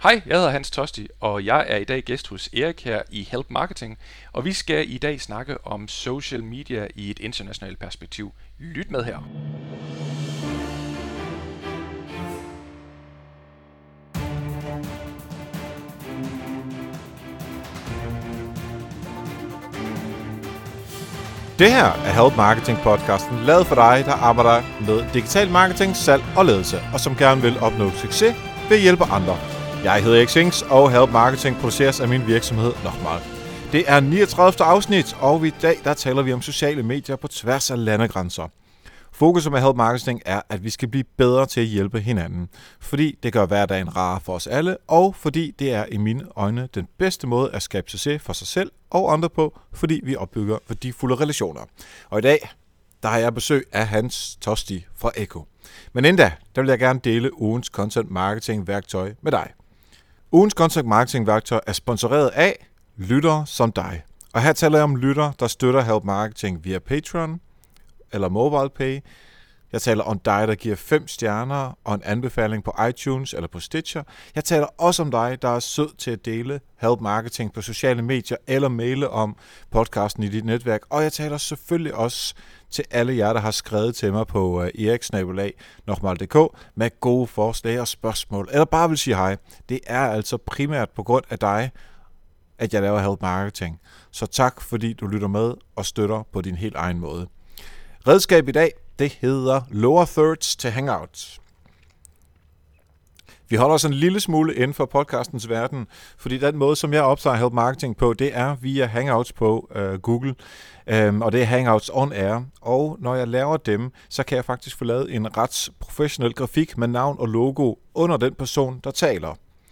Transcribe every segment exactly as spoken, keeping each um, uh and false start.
Hej, jeg hedder Hans Tosti, og jeg er i dag gæst hos Erik her i Help Marketing, og vi skal i dag snakke om social media i et internationalt perspektiv. Lyt med her. Det her er Help Marketing podcasten, lavet for dig, der arbejder med digital marketing, salg og ledelse, og som gerne vil opnå succes ved at hjælpe andre. Jeg hedder Erik Sings, og Help Marketing produceres af min virksomhed Nochmal. Det er niogtredivte afsnit, og i dag der taler vi om sociale medier på tværs af landegrænser. Fokuset med Help Marketing er, at vi skal blive bedre til at hjælpe hinanden, fordi det gør hverdagen rar for os alle, og fordi det er i mine øjne den bedste måde at skabe succes for sig selv og andre på, fordi vi opbygger værdifulde relationer. Og i dag, der har jeg besøg af Hans Tosti fra Eko. Men inden da, der vil jeg gerne dele ugens content marketing værktøj med dig. Ugens content marketing værktøj er sponsoreret af lyttere som dig. Og her taler jeg om lyttere, der støtter Help Marketing via Patreon eller MobilePay. Jeg taler om dig, der giver fem stjerner og en anbefaling på iTunes eller på Stitcher. Jeg taler også om dig, der er sød til at dele Help Marketing på sociale medier eller maile om podcasten i dit netværk. Og jeg taler selvfølgelig også til alle jer, der har skrevet til mig på erik snabel-a nochmal punktum d k med gode forslag og spørgsmål, eller bare vil sige hej. Det er altså primært på grund af dig, at jeg laver Help Marketing. Så tak, fordi du lytter med og støtter på din helt egen måde. Redskab i dag, det hedder Lower Thirds til Hangouts. Vi holder os en lille smule inden for podcastens verden, fordi den måde, som jeg optager Help Marketing på, det er via Hangouts på uh, Google, um, og det er Hangouts on Air. Og når jeg laver dem, så kan jeg faktisk få lavet en ret professionel grafik med navn og logo under den person, der taler.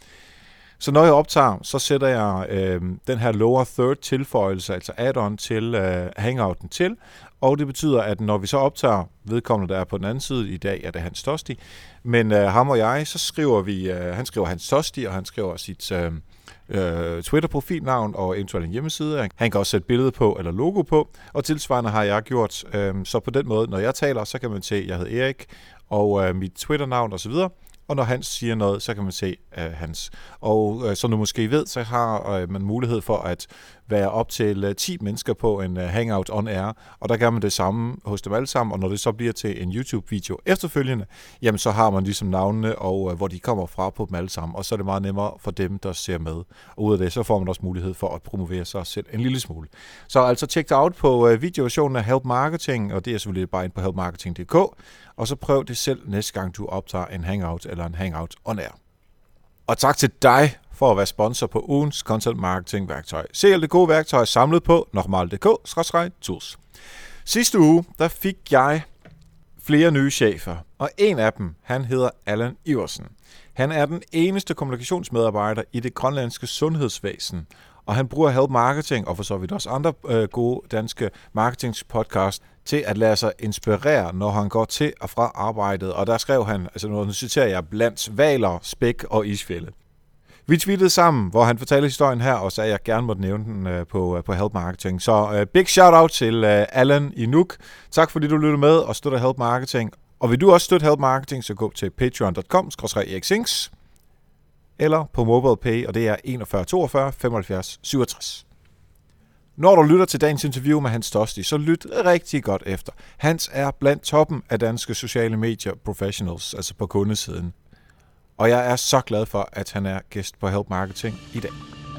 Så når jeg optager, så sætter jeg øh, den her lower third tilføjelse, altså add-on til øh, hangouten til, og det betyder, at når vi så optager vedkommende, der er på den anden side, i dag er det Hans Tosti, men øh, ham og jeg, så skriver vi, øh, han skriver Hans Tosti, og han skriver sit øh, øh, Twitter-profilnavn og eventuelt en hjemmeside. Han kan også sætte billede på eller logo på, og tilsvarende har jeg gjort, øh, så på den måde, når jeg taler, så kan man se, at jeg hedder Erik, og øh, mit Twitter-navn osv., og når Hans siger noget, så kan man se uh, Hans. Og uh, som du måske ved, så har uh, man mulighed for at være op til uh, ti mennesker på en uh, Hangout on Air, og der gør man det samme hos dem alle sammen, og når det så bliver til en YouTube-video efterfølgende, jamen så har man ligesom navnene, og uh, hvor de kommer fra på dem alle sammen, og så er det meget nemmere for dem, der ser med. Og ud af det, så får man også mulighed for at promovere sig selv en lille smule. Så altså tjek dig out på uh, videoversionen af Help Marketing, og det er selvfølgelig bare ind på help marketing punktum d k, og så prøv det selv næste gang, du optager en Hangout eller en Hangout on Air. Og tak til dig for at være sponsor på ugens content marketing værktøj. Se alle det gode værktøj samlet på nochmal punktum d k skråstreg tools. Sidste uge, der fik jeg flere nye chefer, og en af dem, han hedder Allan Iversen. Han er den eneste kommunikationsmedarbejder i det grønlandske sundhedsvæsen, og han bruger Help Marketing, og for så vidt også andre øh, gode danske marketingspodcast, til at lade sig inspirere, når han går til og fra arbejdet. Og der skrev han, altså nu citerer jeg, blandt hvaler, spæk og isfjælde. Vi tweetede sammen, hvor han fortalte historien her, og sagde, at jeg gerne måtte nævne den øh, på, øh, på Help Marketing. Så uh, big shout out til uh, Allan i Nuuk. Tak fordi du lytter med og støtter Help Marketing. Og vil du også støtte Help Marketing, så gå til patreon punktum com skråstreg erik sings eller på MobilePay, og det er enogfyrre toogfyrre femoghalvfjerds syvogtres. Når du lytter til dagens interview med Hans Tosti, så lyt rigtig godt efter. Hans er blandt toppen af danske sociale medier professionals, altså på kundesiden. Og jeg er så glad for, at han er gæst på Help Marketing i dag.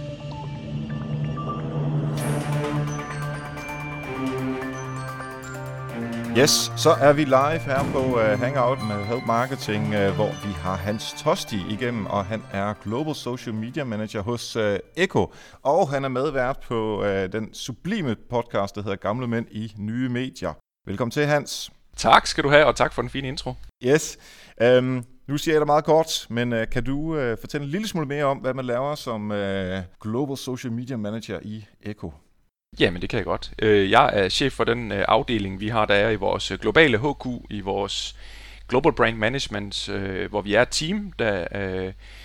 Yes, så er vi live her på uh, Hangout med Help Marketing, uh, hvor vi har Hans Tosti igennem, og han er Global Social Media Manager hos uh, Eko, og han er medvært på uh, den sublime podcast, der hedder Gamle Mænd i Nye Medier. Velkommen til, Hans. Tak skal du have, og tak for den fine intro. Yes, um, nu siger jeg det meget kort, men uh, kan du uh, fortælle en lille smule mere om, hvad man laver som uh, Global Social Media Manager i Eko? Jamen det kan jeg godt. Jeg er chef for den afdeling, vi har, der er i vores globale H Q, i vores Global Brand Management, hvor vi er et team, der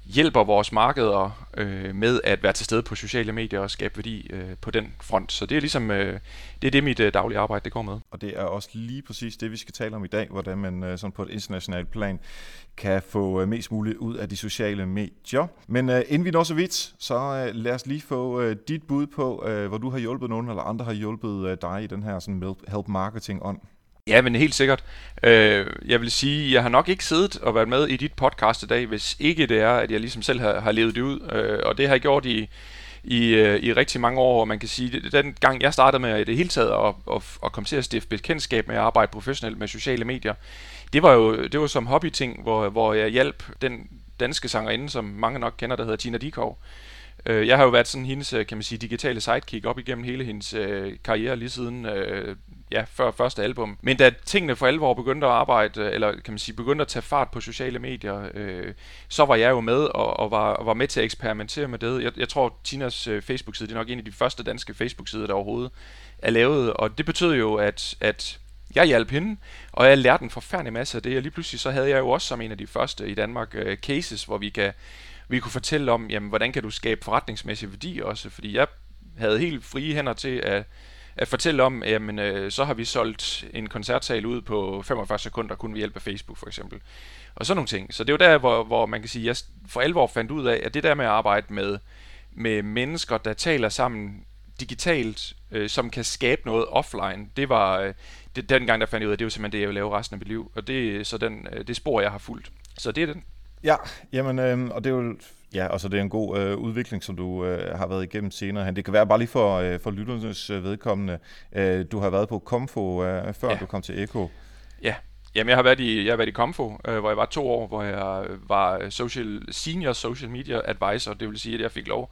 hjælper vores markeder øh, med at være til stede på sociale medier og skabe værdi øh, på den front. Så det er ligesom øh, det er det mit øh, daglige arbejde det går med. Og det er også lige præcis det vi skal tale om i dag, hvordan man øh, sådan på et internationalt plan kan få øh, mest muligt ud af de sociale medier. Men øh, inden vi når så vidt, så øh, lad os lige få øh, dit bud på, øh, hvor du har hjulpet nogen eller andre har hjulpet øh, dig i den her sådan help marketing ånd. Ja, men helt sikkert. Øh, jeg vil sige, jeg har nok ikke siddet og været med i dit podcast i dag, hvis ikke det er, at jeg ligesom selv har, har levet det ud. Øh, og det har jeg gjort i, i, i rigtig mange år, og man kan sige, at den gang jeg startede med det hele taget at, at, at komme til at stifte bekendtskab med at arbejde professionelt med sociale medier, det var jo det var som hobbyting, hvor, hvor jeg hjalp den danske sangerinde, som mange nok kender, der hedder Tina Dickow. Jeg har jo været sådan hendes, kan man sige, digitale sidekick op igennem hele hendes øh, karriere lige siden, øh, ja, før første album. Men da tingene for alvor begyndte at arbejde, eller kan man sige, begyndte at tage fart på sociale medier, øh, så var jeg jo med og, og, var, og var med til at eksperimentere med det. Jeg, jeg tror, Tinas øh, Facebook-side, det er nok en af de første danske Facebook-sider, der overhovedet er lavet, og det betød jo, at, at jeg hjalp hende, og jeg lærte en forfærdelig masse af det, og lige pludselig så havde jeg jo også som en af de første i Danmark øh, cases, hvor vi kan vi kunne fortælle om, jamen, hvordan kan du skabe forretningsmæssig værdi også, fordi jeg havde helt frie hænder til at, at fortælle om, jamen, øh, så har vi solgt en koncertsal ud på femogfyrre sekunder, kun ved hjælp af Facebook for eksempel, og sådan nogle ting. Så det er jo der, hvor, hvor man kan sige, jeg for alvor fandt ud af, at det der med at arbejde med, med mennesker, der taler sammen digitalt, øh, som kan skabe noget offline, det var, øh, det, den gang der fandt jeg ud af, det er jo simpelthen det, jeg vil lave resten af mit liv, og det er så den, øh, det spor, jeg har fulgt. Så det er den. Ja, jamen, øh, og det er jo, ja, og så det er en god øh, udvikling, som du øh, har været igennem senere hen. Det kan være bare lige for, øh, for lytternes øh, vedkommende. Øh, du har været på Komfo øh, før ja. Du kom til Eko. Ja, jamen jeg har været i jeg har været i Komfo, øh, hvor jeg var to år, hvor jeg var social senior social media advisor. Det vil sige, at jeg fik lov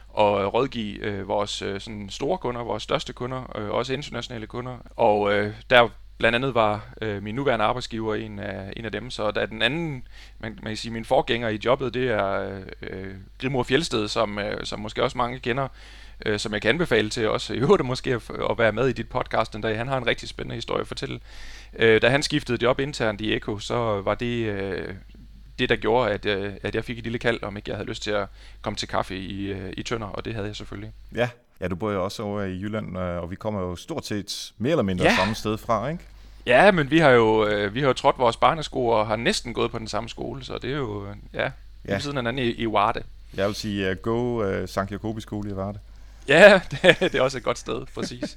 at rådgive øh, vores øh, sådan store kunder, vores største kunder, øh, også internationale kunder. Og øh, der blandt andet var øh, min nuværende arbejdsgiver en af, en af dem, så der den anden, man, man kan sige, min forgænger i jobbet, det er øh, Grimur Fjeldsted, som, øh, som måske også mange kender, øh, som jeg kan anbefale til også i øvrigt måske at, at være med i dit podcast den dag. Han har en rigtig spændende historie at fortælle. Øh, da han skiftede job internt i Eko, så var det øh, det, der gjorde, at, øh, at jeg fik et lille kald, om ikke jeg havde lyst til at komme til kaffe i, øh, i Tønder, og det havde jeg selvfølgelig. Ja. Ja, du bor jo også over i Jylland, og vi kommer jo stort set mere eller mindre ja. samme sted fra, ikke? Ja, men vi har jo øh, vi har jo trådt vores barnesko og har næsten gået på den samme skole, så det er jo ja, ja. siden af anden i, i Varde. Jeg vil sige uh, go uh, Sankt Jacobis skole i Varde. Ja, det, det er også et godt sted, præcis.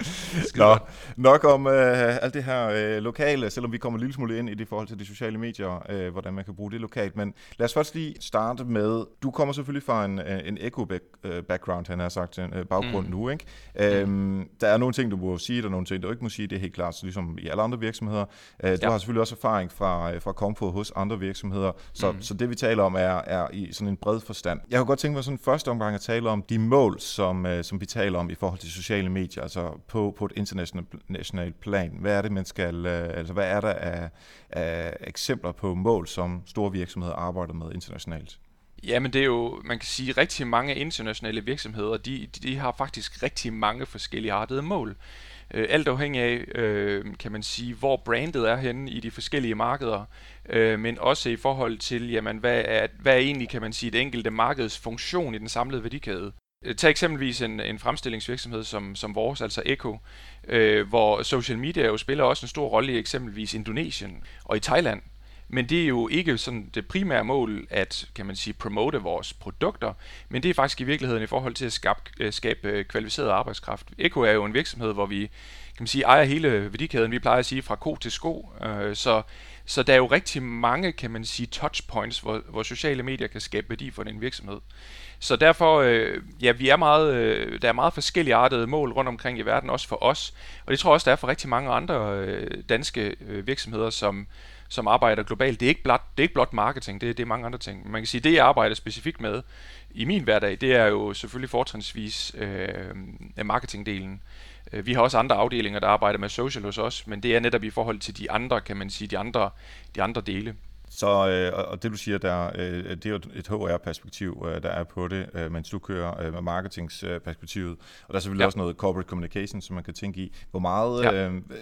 Nå, nok om øh, alt det her øh, lokale, selvom vi kommer en lille smule ind i det forhold til de sociale medier, øh, hvordan man kan bruge det lokalt. Men lad os først lige starte med, du kommer selvfølgelig fra en, en Eko-background, han har sagt, en baggrund mm. nu, ikke? Mm. Øhm, der er nogle ting, du må sige, der er nogle ting, du ikke må sige, det er helt klart, så ligesom i alle andre virksomheder. Øh, du ja. har selvfølgelig også erfaring fra, fra Komfo hos andre virksomheder, så, mm. så det vi taler om er, er i sådan en bred forstand. Jeg kunne godt tænke mig sådan første omgang at tale om de mål, som, øh, som vi taler om i forhold til sociale medier, altså på, på et internationalt plan. Hvad er det, man skal, altså hvad er der af, af eksempler på mål, som store virksomheder arbejder med internationalt? Jamen det er jo, man kan sige, rigtig mange internationale virksomheder, de, de har faktisk rigtig mange forskellige artede mål. Øh, alt afhængig af, øh, kan man sige, hvor brandet er henne i de forskellige markeder, øh, men også i forhold til, jamen, hvad er, hvad er egentlig, kan man sige, det enkelte markeds funktion i den samlede værdikæde. Tag eksempelvis en, en fremstillingsvirksomhed som, som vores, altså Eko, øh, hvor social media jo spiller også en stor rolle i eksempelvis Indonesien og i Thailand. Men det er jo ikke sådan det primære mål at, kan man sige, promote vores produkter, men det er faktisk i virkeligheden i forhold til at skabe, skabe kvalificeret arbejdskraft. Eko er jo en virksomhed, hvor vi, kan man sige, ejer hele værdikæden, vi plejer at sige fra ko til sko, øh, så Så der er jo rigtig mange, kan man sige, touchpoints, hvor, hvor sociale medier kan skabe værdi for en virksomhed. Så derfor, øh, ja, vi er meget, øh, der er meget forskellige artede mål rundt omkring i verden, også for os. Og det tror jeg også, der er for rigtig mange andre øh, danske øh, virksomheder, som, som arbejder globalt. Det er ikke blot, det er ikke blot marketing, det, det er mange andre ting. Man kan sige, det jeg arbejder specifikt med i min hverdag, det er jo selvfølgelig fortrinsvis øh, marketingdelen. Vi har også andre afdelinger, der arbejder med social hos os, men det er netop i forhold til de andre, kan man sige, de andre, de andre dele. Så øh, og det du siger der, øh, det er jo et H R-perspektiv, øh, der er på det, øh, mens du kører øh, med marketingsperspektivet. Og der er selvfølgelig ja. også noget corporate communication, som man kan tænke i. Hvor meget, ja. øh,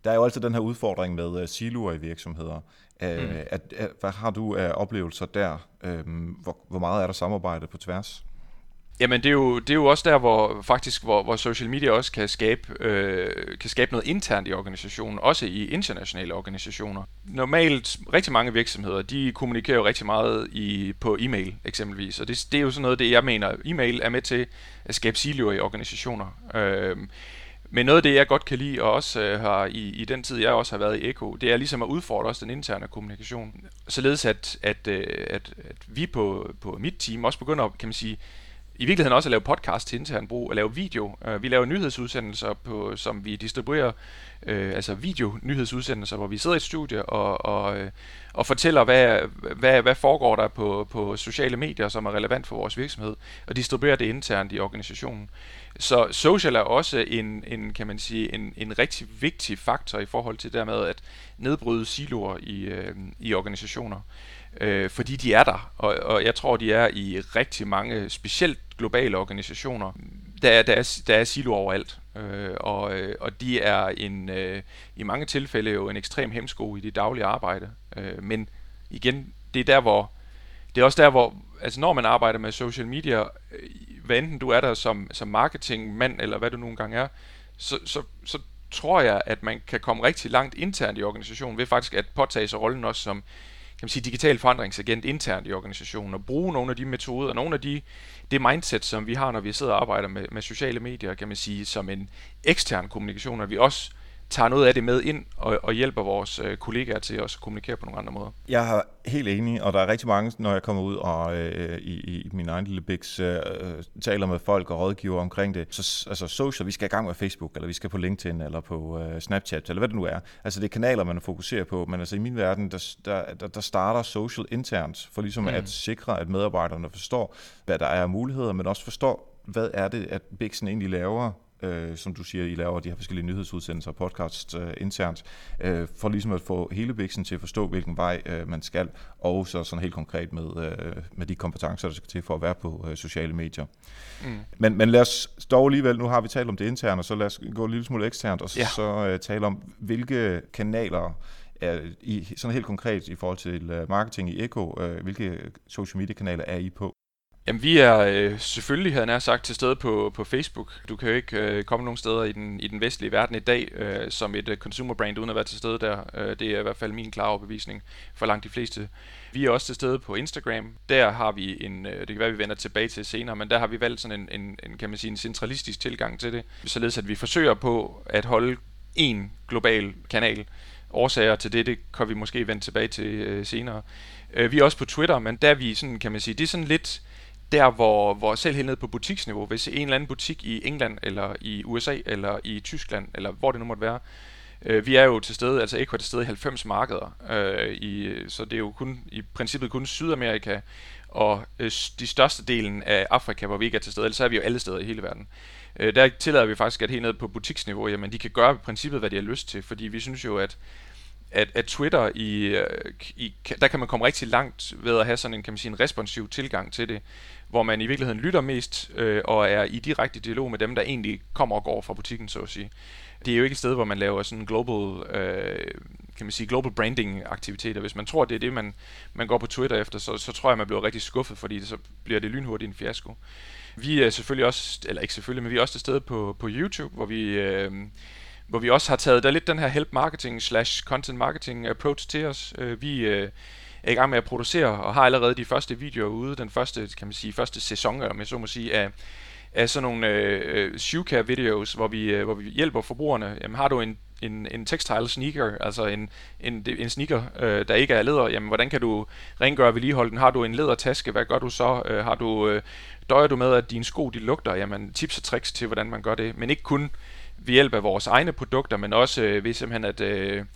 Der er jo altid den her udfordring med uh, siloer i virksomheder. Uh, Mm. at, at, hvad har du af oplevelser der? Uh, hvor, hvor meget er der samarbejde på tværs? Jamen det er jo det er jo også der hvor faktisk hvor, hvor social media også kan skabe øh, kan skabe noget internt i organisationen, også i internationale organisationer. Normalt rigtig mange virksomheder, de kommunikerer jo rigtig meget i på e-mail eksempelvis, og det, det er jo sådan noget det jeg mener, e-mail er med til at skabe siloer i organisationer. Øh, Men noget af det, jeg godt kan lide, og også øh, har i, i den tid, jeg også har været i Eko, det er ligesom at udfordre også den interne kommunikation. Således at, at, øh, at, at vi på, på mit team også begynder, kan man sige, i virkeligheden også at lave podcast til intern brug, at lave video. Uh, vi laver nyhedsudsendelser, på, som vi distribuerer, uh, altså video-nyhedsudsendelser, hvor vi sidder i et studie og, og, uh, og fortæller, hvad, hvad, hvad foregår der på, på sociale medier, som er relevant for vores virksomhed, og distribuerer det internt i organisationen. Så social er også en, en kan man sige, en, en rigtig vigtig faktor i forhold til det med at nedbryde siloer i, uh, i organisationer. Øh, fordi de er der, og, og jeg tror, de er i rigtig mange, specielt globale organisationer. Der er, der er, der er silo overalt, øh, og, og de er en, øh, i mange tilfælde jo en ekstrem hemsko i det daglige arbejde. Øh, men igen, det er der, hvor det er også der, hvor altså når man arbejder med social media, øh, hvad enten du er der som, som marketingmand, eller hvad du nogle gange er, så, så, så tror jeg, at man kan komme rigtig langt internt i organisationen, ved faktisk at påtage sig rollen også som kan man sige, digital forandringsagent internt i organisationen, og bruge nogle af de metoder, og nogle af de det mindset, som vi har, når vi sidder og arbejder med, med sociale medier, kan man sige, som en ekstern kommunikation, at vi også tager noget af det med ind og, og hjælper vores øh, kollegaer til også at kommunikere på nogle andre måder. Jeg er helt enig, og der er rigtig mange, når jeg kommer ud og øh, i, i min egen lille biks øh, taler med folk og rådgiver omkring det. Så altså social, vi skal i gang med Facebook, eller vi skal på LinkedIn, eller på øh, Snapchat, eller hvad det nu er. Altså det er kanaler, man fokuserer på, men altså i min verden, der, der, der starter social internt, for ligesom mm. at sikre, at medarbejderne forstår, hvad der er af muligheder, men også forstår, hvad er det, at biksen egentlig laver. Øh, som du siger, I laver de her forskellige nyhedsudsendelser og podcast øh, internt, øh, for ligesom at få hele biksen til at forstå, hvilken vej øh, man skal, og så sådan helt konkret med, øh, med de kompetencer, der skal til for at være på øh, sociale medier. Mm. Men, men lad os dog alligevel, nu har vi talt om det interne, så lad os gå en lille smule eksternt, og ja. så øh, tale om, hvilke kanaler er I, sådan helt konkret i forhold til øh, marketing i Eko, øh, hvilke social media kanaler er I på? Jamen vi er øh, selvfølgelig, havde jeg nær sagt, til stede på, på Facebook. Du kan jo ikke øh, komme nogen steder i den, i den vestlige verden i dag øh, som et uh, consumer brand uden at være til stede der. Øh, det er i hvert fald min klare overbevisning for langt de fleste. Vi er også til stede på Instagram. Der har vi en, øh, det kan være vi vender tilbage til senere, men der har vi valgt sådan en, en, en kan man sige en centralistisk tilgang til det, således at vi forsøger på at holde en global kanal. Årsager til det, det kan vi måske vende tilbage til øh, senere. Øh, vi er også på Twitter, men der er vi sådan, kan man sige, det er sådan lidt der, hvor, hvor selv helt ned på butiksniveau, hvis en eller anden butik i England, eller i U S A, eller i Tyskland, eller hvor det nu måtte være, øh, vi er jo til stede, altså Eko er til stede i halvfems markeder, øh, i, så det er jo kun i princippet kun Sydamerika, og øh, de største delen af Afrika, hvor vi ikke er til stede, ellers er vi jo alle steder i hele verden. Øh, der tillader vi faktisk, at helt ned på butiksniveau, jamen de kan gøre i princippet, hvad de har lyst til, fordi vi synes jo, at At, at Twitter, i, i, der kan man komme rigtig langt ved at have sådan en, kan man sige, en responsiv tilgang til det, hvor man i virkeligheden lytter mest øh, og er i direkte dialog med dem, der egentlig kommer og går fra butikken, så at sige. Det er jo ikke et sted, hvor man laver sådan global, øh, kan man sige, global branding aktiviteter. Hvis man tror, det er det, man, man går på Twitter efter, så, så tror jeg, man bliver rigtig skuffet, fordi så bliver det lynhurtigt en fiasko. Vi er selvfølgelig også, eller ikke selvfølgelig, men vi er også til stede på, på YouTube, hvor vi... Øh, hvor vi også har taget der lidt den her help marketing slash content marketing approach til os. Vi øh, er i gang med at producere og har allerede de første videoer ude, den første, kan man sige, første sæson, eller jeg så må sige, af, af sådan nogle øh, shoecare videos, hvor vi, øh, hvor vi hjælper forbrugerne. Jamen, har du en, en, en textile sneaker, altså en, en, en sneaker, øh, der ikke er læder, jamen hvordan kan du rengøre og vedligeholde den? Har du en lædertaske, hvad gør du så? Øh, har du, øh, døjer du med, at dine sko de lugter? Jamen tips og tricks til, hvordan man gør det, men ikke kun ved hjælp af vores egne produkter, men også øh, ved simpelthen at, øh,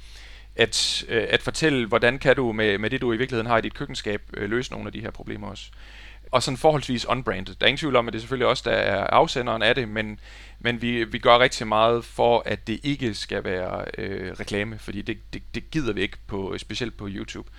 at, øh, at fortælle, hvordan kan du med, med det, du i virkeligheden har i dit køkkenskab, øh, løse nogle af de her problemer også. Og sådan forholdsvis unbranded. Der er ingen tvivl om, at det selvfølgelig også der er afsenderen af det, men, men vi, vi gør rigtig meget for, at det ikke skal være øh, reklame, fordi det, det, det gider vi ikke, på, specielt på YouTube.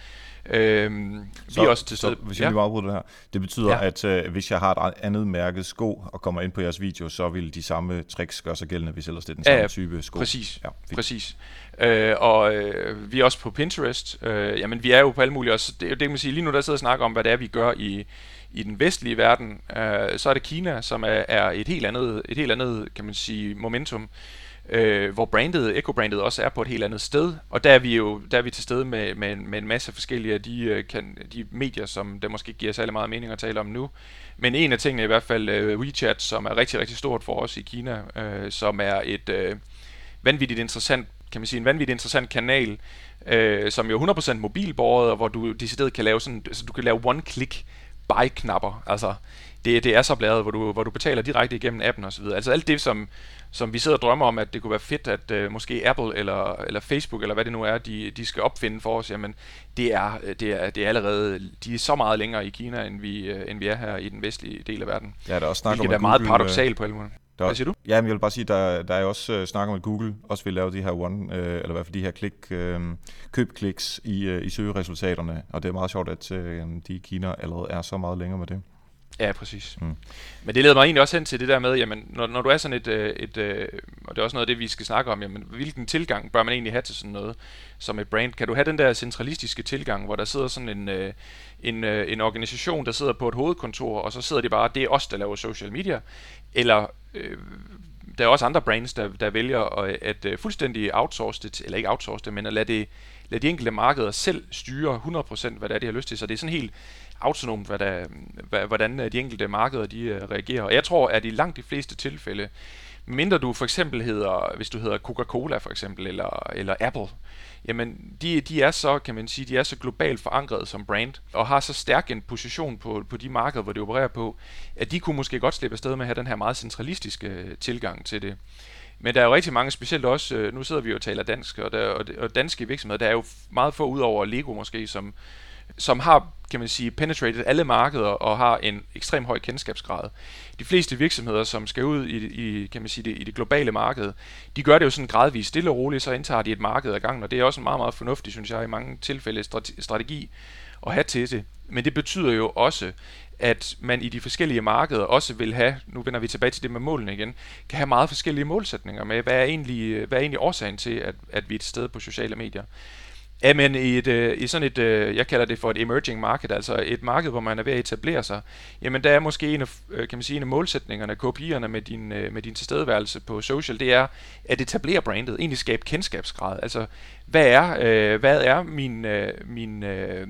Øhm, så, vi er også til stede. Så, hvis jeg ja. lige afbryder det her, det betyder, ja. at øh, hvis jeg har et andet mærket sko og kommer ind på jeres video, så vil de samme tricks gøre sig gældende, hvis ellers det er den samme ja, type sko. Præcis, ja, præcis. Øh, og øh, vi er også på Pinterest. Øh, jamen, vi er jo på alle mulige også. Det, det kan man sige, lige nu der sidder og snakker om, hvad det er, vi gør i, i den vestlige verden. Øh, så er det Kina, som er, er et helt andet, et helt andet, kan man sige, momentum. Øh, hvor brandet, Eko-brandet også er på et helt andet sted, og der er vi jo der er vi til stede med, med, med en masse forskellige af de, kan, de medier, som der måske ikke giver særlig meget mening at tale om nu. Men en af tingene er i hvert fald uh, WeChat, som er rigtig, rigtig stort for os i Kina, uh, som er et uh, vanvittigt interessant, kan man sige, en vanvittigt interessant kanal, uh, som jo er hundrede procent mobilbåret, og hvor du decideret kan lave sådan, altså du kan lave one-click buy-knapper, altså det, det er så bladet, hvor du, hvor du betaler direkte igennem appen og så videre. Altså alt det, som som vi sidder og drømmer om, at det kunne være fedt, at øh, måske Apple eller, eller Facebook, eller hvad det nu er, de, de skal opfinde for os, jamen det er, det, er, det er allerede, de er så meget længere i Kina, end vi, øh, end vi er her i den vestlige del af verden. Ja, der er også snak om, at Google, er meget paradoksalt på alle måder. Hvad siger du? Ja, men jeg vil bare sige, der, der er jo også uh, snak om, at Google også vil lave de her one, uh, eller i hvert fald de her klik, uh, købkliks i, uh, i søgeresultaterne, og det er meget sjovt, at uh, de i Kina allerede er så meget længere med det. Ja, præcis. Mm. Men det leder mig egentlig også hen til det der med, jamen, når, når du er sådan et, et, et, og det er også noget af det, vi skal snakke om, jamen, hvilken tilgang bør man egentlig have til sådan noget som et brand? Kan du have den der centralistiske tilgang, hvor der sidder sådan en, en, en organisation, der sidder på et hovedkontor, og så sidder de bare, det er os, der laver social media, eller øh, der er også andre brands, der, der vælger at, at fuldstændig outsource det, eller ikke outsource det, men at lade, det, lade de enkelte markeder selv styre hundrede procent, hvad det er, de har lyst til. Så det er sådan helt autonomt, hvad der, hvad, hvordan de enkelte markeder de uh, reagerer. Og jeg tror, at i langt de fleste tilfælde, mindre du for eksempel hedder, hvis du hedder Coca-Cola for eksempel, eller, eller Apple, jamen de, de er så, kan man sige, de er så globalt forankret som brand, og har så stærk en position på, på de markeder, hvor de opererer på, at de kunne måske godt slippe afsted med at have den her meget centralistiske tilgang til det. Men der er jo rigtig mange, specielt også, nu sidder vi jo og taler dansk, og, der, og, og danske virksomheder, der er jo meget få ud over Lego måske, som som har, kan man sige, penetrated alle markeder og har en ekstrem høj kendskabsgrad. De fleste virksomheder, som skal ud i, i kan man sige, det, i det globale marked, de gør det jo sådan gradvist, stille og roligt, så indtager de et marked ad gangen, og det er også en meget, meget fornuftigt, synes jeg, i mange tilfælde strategi at have til det. Men det betyder jo også, at man i de forskellige markeder også vil have, nu vender vi tilbage til det med målene igen, kan have meget forskellige målsætninger med, hvad er egentlig, hvad er egentlig årsagen til, at, at vi er til stede på sociale medier. Ja, men i, et, i sådan et, jeg kalder det for et emerging market, altså et marked, hvor man er ved at etablere sig, jamen der er måske en af, kan man sige, en af målsætningerne, K P I'erne med din, med din tilstedeværelse på social, det er at etablere brandet, egentlig skabe kendskabsgrad. Altså, hvad er, øh, hvad er min, øh, min øh,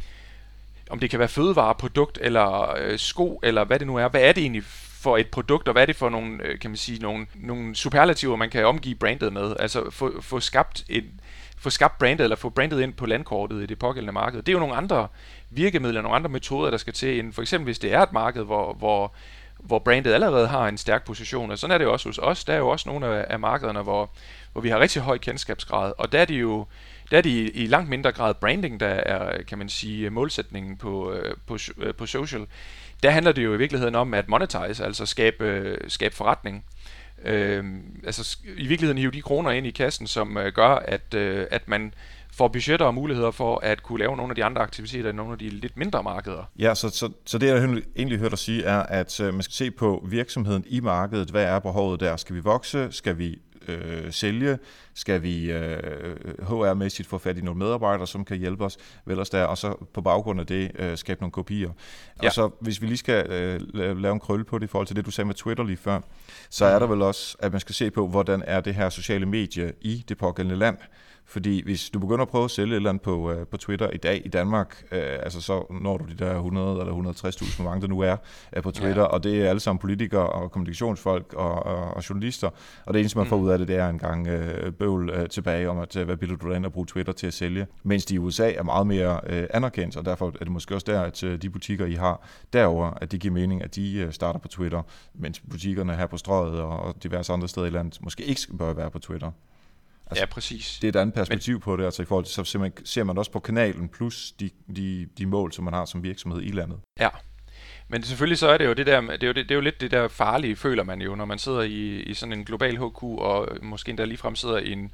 om det kan være fødevareprodukt, eller øh, sko, eller hvad det nu er, hvad er det egentlig for et produkt, og hvad er det for nogle, øh, kan man sige, nogle, nogle superlativer, man kan omgive brandet med, altså få, få skabt et få skabt brandet, eller få brandet ind på landkortet i det pågældende marked. Det er jo nogle andre virkemidler, nogle andre metoder, der skal til, end for eksempel hvis det er et marked, hvor, hvor, hvor brandet allerede har en stærk position, og sådan er det jo også hos os. Der er jo også nogle af, af markederne, hvor, hvor vi har rigtig høj kendskabsgrad, og der er det jo der er det i, i langt mindre grad branding, der er, kan man sige, målsætningen på, på, på social. Der handler det jo i virkeligheden om at monetize, altså skabe, skabe forretning. Øh, altså i virkeligheden hive de kroner ind i kassen, som øh, gør, at, øh, at man får budgetter og muligheder for at kunne lave nogle af de andre aktiviteter i nogle af de lidt mindre markeder. Ja, så, så, så det jeg egentlig hørte dig sige er, at øh, man skal se på virksomheden i markedet. Hvad er behovet der? Skal vi vokse? Skal vi øh, sælge? Skal vi øh, H R-mæssigt få fat i nogle medarbejdere, som kan hjælpe os? Vel også der, og så på baggrund af det øh, skabe nogle kopier. Ja. Og så hvis vi lige skal øh, lave en krølle på det i forhold til det, du sagde med Twitter lige før, så er der vel også, at man skal se på, hvordan er det her sociale medie i det pågældende land. Fordi hvis du begynder at prøve at sælge et eller andet på, uh, på Twitter i dag i Danmark, uh, altså så når du de der hundrede eller et hundrede og tres tusind, hvor mange der nu er uh, på Twitter, ja. Og det er alle sammen politikere og kommunikationsfolk og, og, og journalister, og det eneste man får ud af det, det er en gang uh, bøvl uh, tilbage om, at uh, hvad bilder du dig ind at bruge Twitter til at sælge, mens de i U S A er meget mere uh, anerkendt, og derfor er det måske også der, at uh, de butikker, I har derover, at det giver mening, at de uh, starter på Twitter, mens butikkerne her på Strøget og, og diverse andre steder i landet måske ikke bør være på Twitter. Altså, ja, præcis. Det er et andet perspektiv Men, på det, altså i forhold til, så ser man, ser man også på kanalen, plus de, de, de mål, som man har som virksomhed i landet. Ja, men selvfølgelig så er det jo det der, det er jo, det, det er jo lidt det der farlige, føler man jo, når man sidder i, i sådan en global H Q, og måske endda ligefrem sidder i en,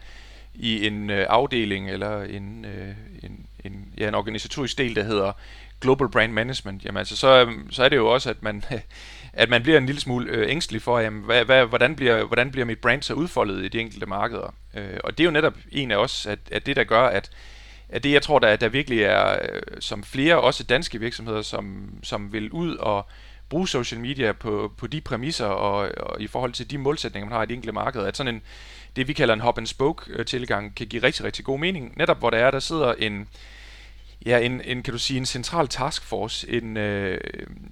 i en øh, afdeling eller en, øh, en, en, ja, en organisatorisk del, der hedder Global Brand Management, jamen altså, så, så er det jo også, at man, at man bliver en lille smule øh, ængstelig for, jamen, hvad, hvad, hvordan, bliver, hvordan bliver mit brand så udfoldet i de enkelte markeder. Øh, og det er jo netop en af os, at, at det der gør, at, at det jeg tror, der, der virkelig er, øh, som flere, også danske virksomheder, som, som vil ud og bruge social media på, på de præmisser og, og i forhold til de målsætninger, man har i de enkelte markeder, at sådan en, det vi kalder en hub and spoke tilgang, kan give rigtig, rigtig god mening. Netop hvor der er, der sidder en, ja, en, en kan du sige, en central taskforce, en, øh,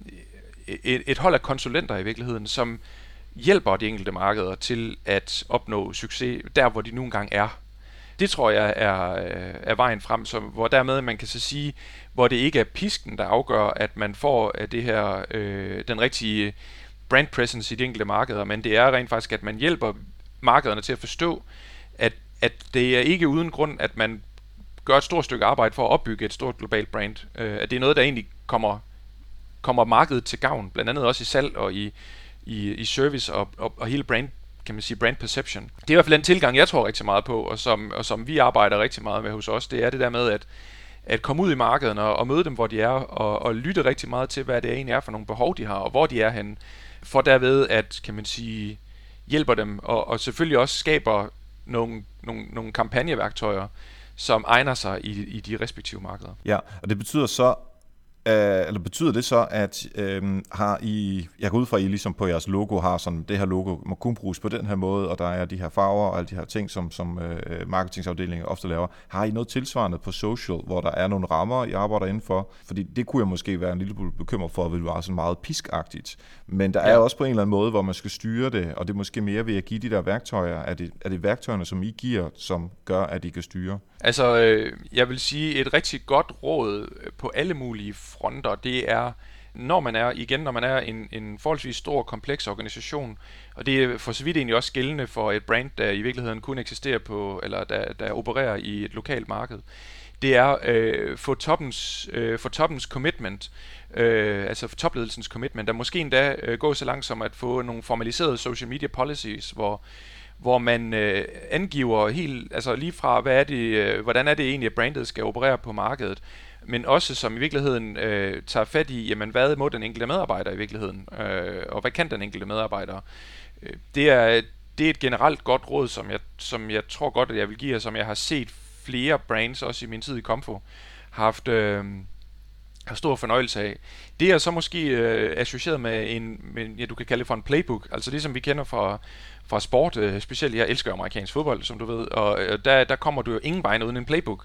et, et hold af konsulenter i virkeligheden, som hjælper de enkelte markeder til at opnå succes der, hvor de nu engang er. Det tror jeg er, er vejen frem, så, hvor dermed man kan så sige, hvor det ikke er pisken, der afgør, at man får det her, øh, den rigtige brand presence i de enkelte markeder, men det er rent faktisk, at man hjælper markederne til at forstå, at, at det er ikke uden grund, at man gør et stort stykke arbejde for at opbygge et stort globalt brand. Øh, at det er noget, der egentlig kommer, kommer markedet til gavn, blandt andet også i salg og i, i, i service og, og, og hele brand, kan man sige, brand perception. Det er i hvert fald den tilgang, jeg tror rigtig meget på, og som, og som vi arbejder rigtig meget med hos os, det er det der med at, at komme ud i markederne og, og møde dem, hvor de er, og, og lytte rigtig meget til, hvad det egentlig er for nogle behov, de har, og hvor de er henne, for derved at, kan man sige, hjælper dem, og, og selvfølgelig også skaber nogle, nogle, nogle kampagneværktøjer, som egner sig i, i de respektive markeder. Ja, og det betyder så, øh, eller betyder det så, at øh, har I, jeg går ud fra, at I ligesom på jeres logo har sådan, det her logo må kun bruges på den her måde, og der er de her farver og alle de her ting, som, som øh, marketingsafdelingen ofte laver. Har I noget tilsvarende på social, hvor der er nogle rammer, I arbejder indenfor? Fordi det kunne jeg måske være en lille bekymret for, at det var sådan meget piskagtigt. Men der er ja. også på en eller anden måde, hvor man skal styre det, og det er måske mere ved at give de der værktøjer. Er det, er det værktøjerne, som I giver, som gør, at I kan styre? Altså, øh, jeg vil sige, et rigtig godt råd på alle mulige fronter, det er, når man er, igen, når man er en, en forholdsvis stor, kompleks organisation, og det er for så vidt egentlig også gældende for et brand, der i virkeligheden kun eksisterer på, eller der, der opererer i et lokalt marked, det er øh, få toppens, øh, få toppens commitment, øh, altså for topledelsens commitment, der måske endda øh, gå så langt som at få nogle formaliserede social media policies, hvor hvor man øh, angiver helt, altså lige fra, hvad er det, øh, hvordan er det egentlig, at brandet skal operere på markedet, men også som i virkeligheden øh, tager fat i, jamen hvad må den enkelte medarbejder i virkeligheden, øh, og hvad kan den enkelte medarbejder. Øh, det, er, det er et generelt godt råd, som jeg, som jeg tror godt, at jeg vil give jer, som jeg har set flere brands, også i min tid i Comfo, har haft øh, har stor fornøjelse af. Det er så måske øh, associeret med en, med, ja, du kan kalde det for en playbook, altså det som vi kender fra fra sport, øh, specielt jeg elsker amerikansk fodbold, som du ved, og øh, der, der kommer du jo ingen vejen uden en playbook,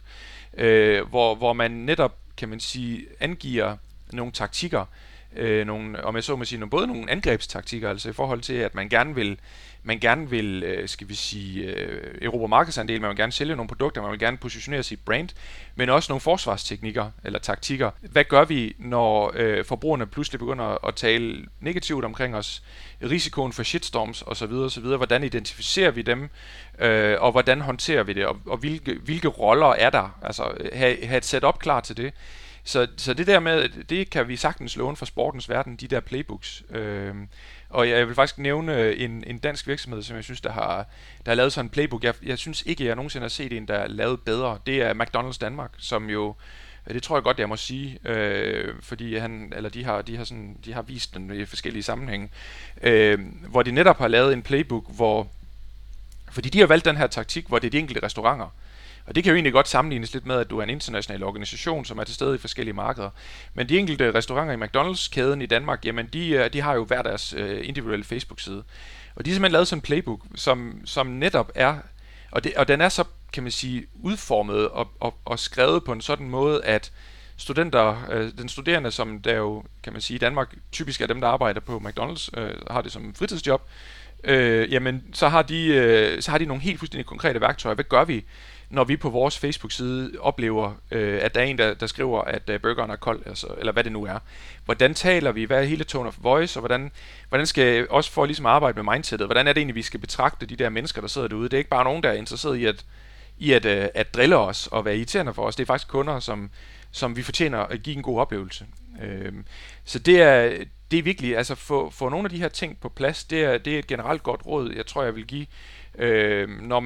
øh, hvor, hvor man netop, kan man sige, angiver nogle taktikker, øh, nogle, om jeg så må sige, nogle, både nogle angrebstaktikker, altså i forhold til, at man gerne vil, man gerne vil, øh, skal vi sige, øh, erobre markedsandel, man vil gerne sælge nogle produkter, man vil gerne positionere sit brand, men også nogle forsvarsteknikker, eller taktikker. Hvad gør vi, når øh, forbrugerne pludselig begynder at tale negativt omkring os, risikoen for shitstorms osv. osv. Hvordan identificerer vi dem, øh, og hvordan håndterer vi det, og, og hvilke, hvilke roller er der? Altså have, have et setup klar til det. Så, så det der med, det kan vi sagtens låne fra sportens verden, de der playbooks. Øh, og jeg vil faktisk nævne en, en dansk virksomhed, som jeg synes, der har, der har lavet sådan en playbook. Jeg, jeg synes ikke, jeg nogensinde har set en, der er lavet bedre. Det er McDonald's Danmark, som jo, det tror jeg godt, jeg må sige, øh, fordi han, eller de har, de har sådan, de har vist den i forskellige sammenhænge, øh, hvor de netop har lavet en playbook, hvor, fordi de har valgt den her taktik, hvor det er de enkelte restauranter. Og det kan jo egentlig godt sammenlignes lidt med, at du er en international organisation, som er til stede i forskellige markeder. Men de enkelte restauranter i McDonald's-kæden i Danmark, jamen de, de har jo hver deres øh, individuelle Facebook-side. Og de har simpelthen lavet sådan en playbook, som, som netop er, og, det, og den er så, kan man sige, udformet og, og, og skrevet på en sådan måde, at studenter, øh, den studerende, som der jo, kan man sige, i Danmark typisk er dem, der arbejder på McDonald's, øh, har det som fritidsjob, øh, jamen så har, de, øh, så har de nogle helt fuldstændig konkrete værktøjer. Hvad gør vi, når vi på vores Facebook-side oplever, øh, at der er en, der, der skriver, at øh, burgeren er kold, altså, eller hvad det nu er. Hvordan taler vi? Hvad er hele tone of voice? Og hvordan, hvordan skal også for ligesom at arbejde med mindsetet, hvordan er det egentlig, vi skal betragte de der mennesker, der sidder derude? Det er ikke bare nogen, der er interesseret i at, i at, øh, at drille os og være irriterende for os. Det er faktisk kunder, som, som vi fortjener at give en god oplevelse. Øh, så det er, det er virkelig, altså få, få nogle af de her ting på plads, det er, det er et generelt godt råd, jeg tror, jeg vil give. Øh, når man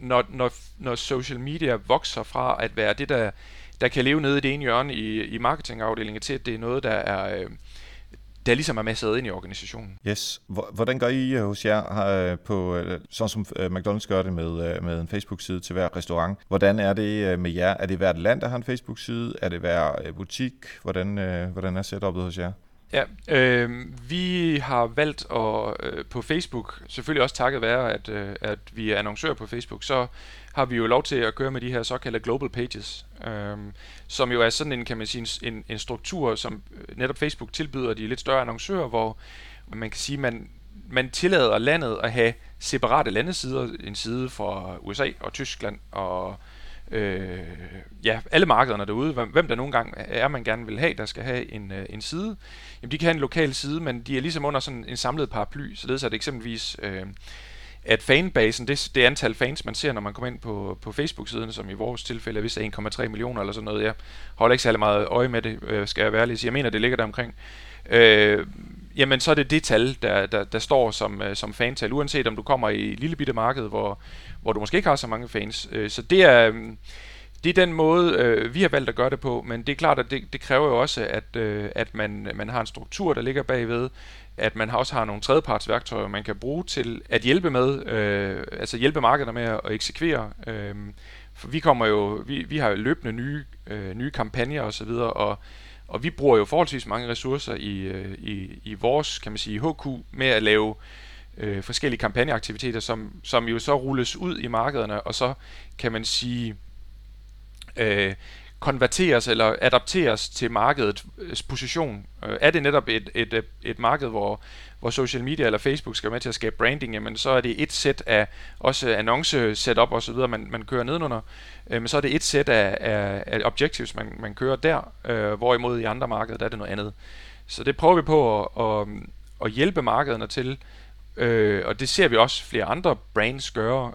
når, når, når social media vokser fra at være det, der, der kan leve nede i det ene hjørne i, i marketingafdelingen, til at det er noget, der er... Øh, der ligesom er masseret ind i organisationen. Yes. Hvordan gør I hos jer på, sådan som McDonald's gør det med, med en Facebook-side til hver restaurant? Hvordan er det med jer? Er det hvert land, der har en Facebook-side? Er det hver butik? Hvordan, hvordan er setupet hos jer? Ja, øh, vi har valgt at øh, på Facebook, selvfølgelig også takket være, at, øh, at vi er annoncører på Facebook, så har vi jo lov til at køre med de her såkaldte global pages, øh, som jo er sådan en, kan man sige, en, en struktur, som netop Facebook tilbyder de lidt større annoncører, hvor man kan sige, man man tillader landet at have separate landesider, en side for U S A og Tyskland og Øh, ja, alle markederne derude, hvem der nogle gange er, man gerne vil have, der skal have en, en side, jamen de kan have en lokal side, men de er ligesom under sådan en samlet paraply, således at eksempelvis øh, at fanbasen, det, det antal fans, man ser, når man kommer ind på, på Facebook-siden, som i vores tilfælde er vist en komma tre millioner eller sådan noget, jeg holder ikke særlig meget øje med det, øh, skal jeg være ærlig sige, jeg mener, det ligger der omkring, øh, jamen så er det det tal, der, der, der står som, som fantal, uanset om du kommer i et lille bitte marked, hvor, hvor du måske ikke har så mange fans. Så det er, det er den måde, vi har valgt at gøre det på, men det er klart, at det, det kræver jo også, at, at man, man har en struktur, der ligger bagved, at man også har nogle tredjepartsværktøjer, man kan bruge til at hjælpe med, øh, altså hjælpe markederne med at eksekvere. Øh, for vi kommer jo, vi, vi har jo løbende nye, øh, nye kampagner og så videre, og Og vi bruger jo forholdsvis mange ressourcer i, i, i vores, kan man sige, H Q med at lave øh, forskellige kampagneaktiviteter, som, som jo så rulles ud i markederne, og så kan man sige øh, konverteres eller adapteres til markedets position. Øh, er det netop et, et, et marked, hvor, hvor social media eller Facebook skal være med til at skabe branding, jamen så er det et sæt af også annonce-setup og så videre, man, man kører nedenunder. Øh, men så er det et sæt af, af, af objectives, man, man kører der, øh, hvorimod i andre markeder, der er det noget andet. Så det prøver vi på at, at, at hjælpe markederne til, øh, og det ser vi også flere andre brands gøre,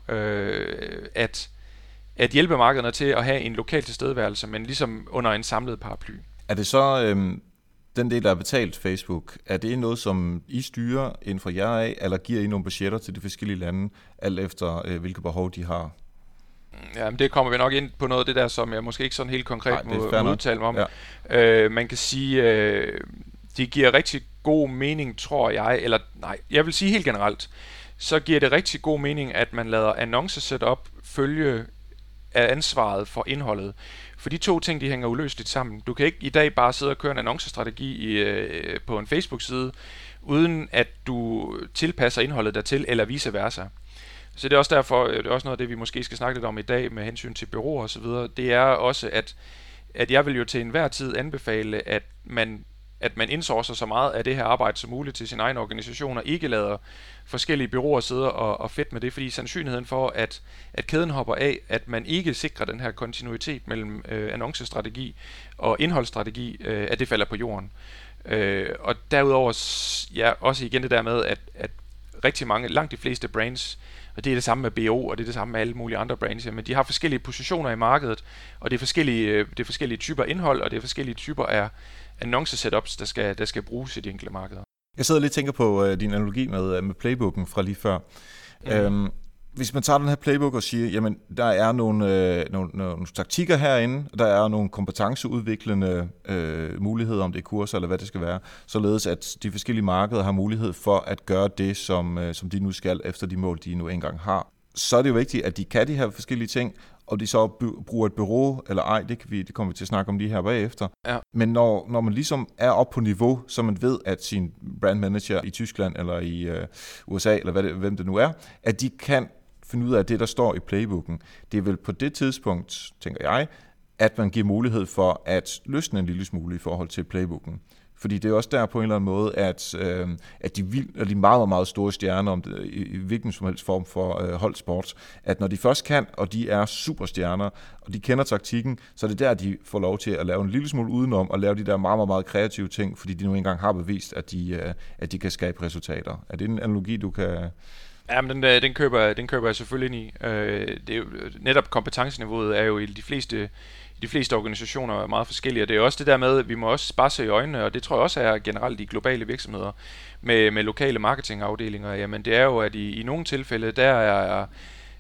øh, at at hjælpe markederne til at have en lokal tilstedeværelse, men ligesom under en samlet paraply. Er det så øhm, den del, der er betalt Facebook, er det noget, som I styrer inden for jer af, eller giver I nogle budgetter til de forskellige lande, alt efter øh, hvilke behov de har? Ja, men det kommer vi nok ind på noget af det der, som jeg måske ikke sådan helt konkret Nej, må, må udtale mig om. Ja. Øh, man kan sige, øh, det giver rigtig god mening, tror jeg, eller nej, jeg vil sige helt generelt, så giver det rigtig god mening, at man lader annonce-setup følge af ansvaret for indholdet. For de to ting, de hænger uløseligt sammen. Du kan ikke i dag bare sidde og køre en annoncestrategi i, øh, på en Facebook-side, uden at du tilpasser indholdet dertil, eller vice versa. Så det er også derfor, det er også noget af det, vi måske skal snakke lidt om i dag, med hensyn til bureauer og så videre. Det er også, at, at jeg vil jo til enhver tid anbefale, at man at man indsourcer så meget af det her arbejde som muligt til sin egen organisation, og ikke lader forskellige bureauer sidde og, og fedt med det, fordi sandsynligheden for, at, at kæden hopper af, at man ikke sikrer den her kontinuitet mellem øh, annoncestrategi og indholdsstrategi, øh, at det falder på jorden. Øh, og derudover, ja, også igen det der med, at, at rigtig mange, langt de fleste brands, og det er det samme med B O, og det er det samme med alle mulige andre brands, men de har forskellige positioner i markedet, og det er forskellige, det er forskellige typer indhold, og det er forskellige typer af annonce-setups, der skal, der skal bruges i de enkelte markeder. Jeg sidder lidt og tænker på uh, din analogi med, med playbooken fra lige før. Mm. Øhm, hvis man tager den her playbook og siger, jamen der er nogle, øh, nogle, nogle taktikker herinde, der er nogle kompetenceudviklende øh, muligheder, om det er kurser eller hvad det skal være, således at de forskellige markeder har mulighed for at gøre det, som, øh, som de nu skal efter de mål, de nu engang har. Så er det jo vigtigt, at de kan de her forskellige ting, og de så bruger et bureau, eller ej, det, kan vi, det kommer vi til at snakke om lige her bagefter. Ja. Men når, når man ligesom er oppe på niveau, så man ved, at sin brand manager i Tyskland, eller i øh, U S A, eller hvad det, hvem det nu er, at de kan finde ud af det, der står i playbooken. Det er vel på det tidspunkt, tænker jeg, at man giver mulighed for at løsne en lille smule i forhold til playbooken. Fordi det er også der på en eller anden måde, at, øh, at de, vild, de meget, meget store stjerner, om det, i, i hvilken som helst form for øh, holdsport, at når de først kan, og de er superstjerner, og de kender taktikken, så er det der, de får lov til at lave en lille smule udenom, og lave de der meget, meget, meget kreative ting, fordi de nu engang har bevist, at de, øh, at de kan skabe resultater. Er det en analogi, du kan... Ja, men den, den, køber, den køber jeg selvfølgelig ind i. Øh, det er jo, netop kompetenceniveauet er jo i de fleste... De fleste organisationer er meget forskellige, og det er også det der med, at vi må også bare se i øjnene, og det tror jeg også er generelt i globale virksomheder med, med lokale marketingafdelinger. Jamen det er jo, at i, i nogle tilfælde, der er,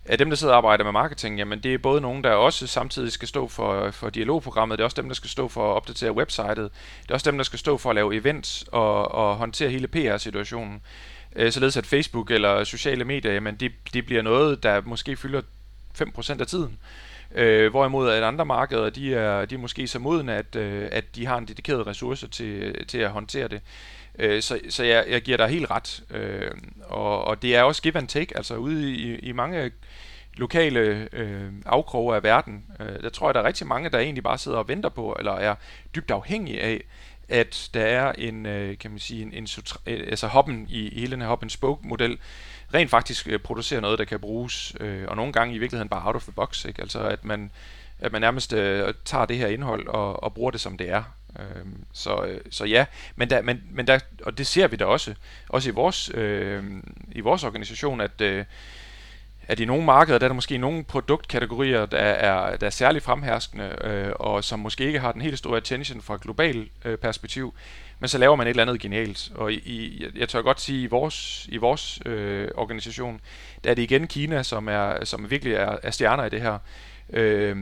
af dem, der sidder og arbejder med marketing, jamen det er både nogen, der også samtidig skal stå for, for dialogprogrammet, det er også dem, der skal stå for at opdatere websitet, det er også dem, der skal stå for at lave events og, og håndtere hele P R-situationen. Øh, således at Facebook eller sociale medier, jamen det, det bliver noget, der måske fylder fem procent af tiden. Øh, hvorimod at andre markeder, de er, de er måske så modne, at, øh, at de har en dedikeret ressource til, til at håndtere det. Øh, så så jeg, jeg giver dig helt ret. Øh, og, og det er også give and take, altså ude i, i mange lokale øh, afkroge af verden. Øh, der tror jeg, der er rigtig mange, der egentlig bare sidder og venter på, eller er dybt afhængige af, at der er en, øh, kan man sige, en, en altså hubben i, i hele den her hub and spoke model, rent faktisk øh, producerer noget, der kan bruges, øh, og nogle gange i virkeligheden bare out of the box, ikke? Altså at man, at man nærmest øh, tager det her indhold og, og bruger det, som det er. Øh, så, øh, så ja, men der, men, men der, og det ser vi da også, også i vores, øh, i vores organisation, at, øh, at i nogle markeder, der er der måske nogle produktkategorier, der er, der er særligt fremherskende, øh, og som måske ikke har den helt store attention fra et globalt øh, perspektiv, men så laver man et eller andet genialt. Og i, i, jeg tør godt sige, at i vores, i vores øh, organisation, der er det igen Kina, som, er, som virkelig er, er stjerner i det her. Øh,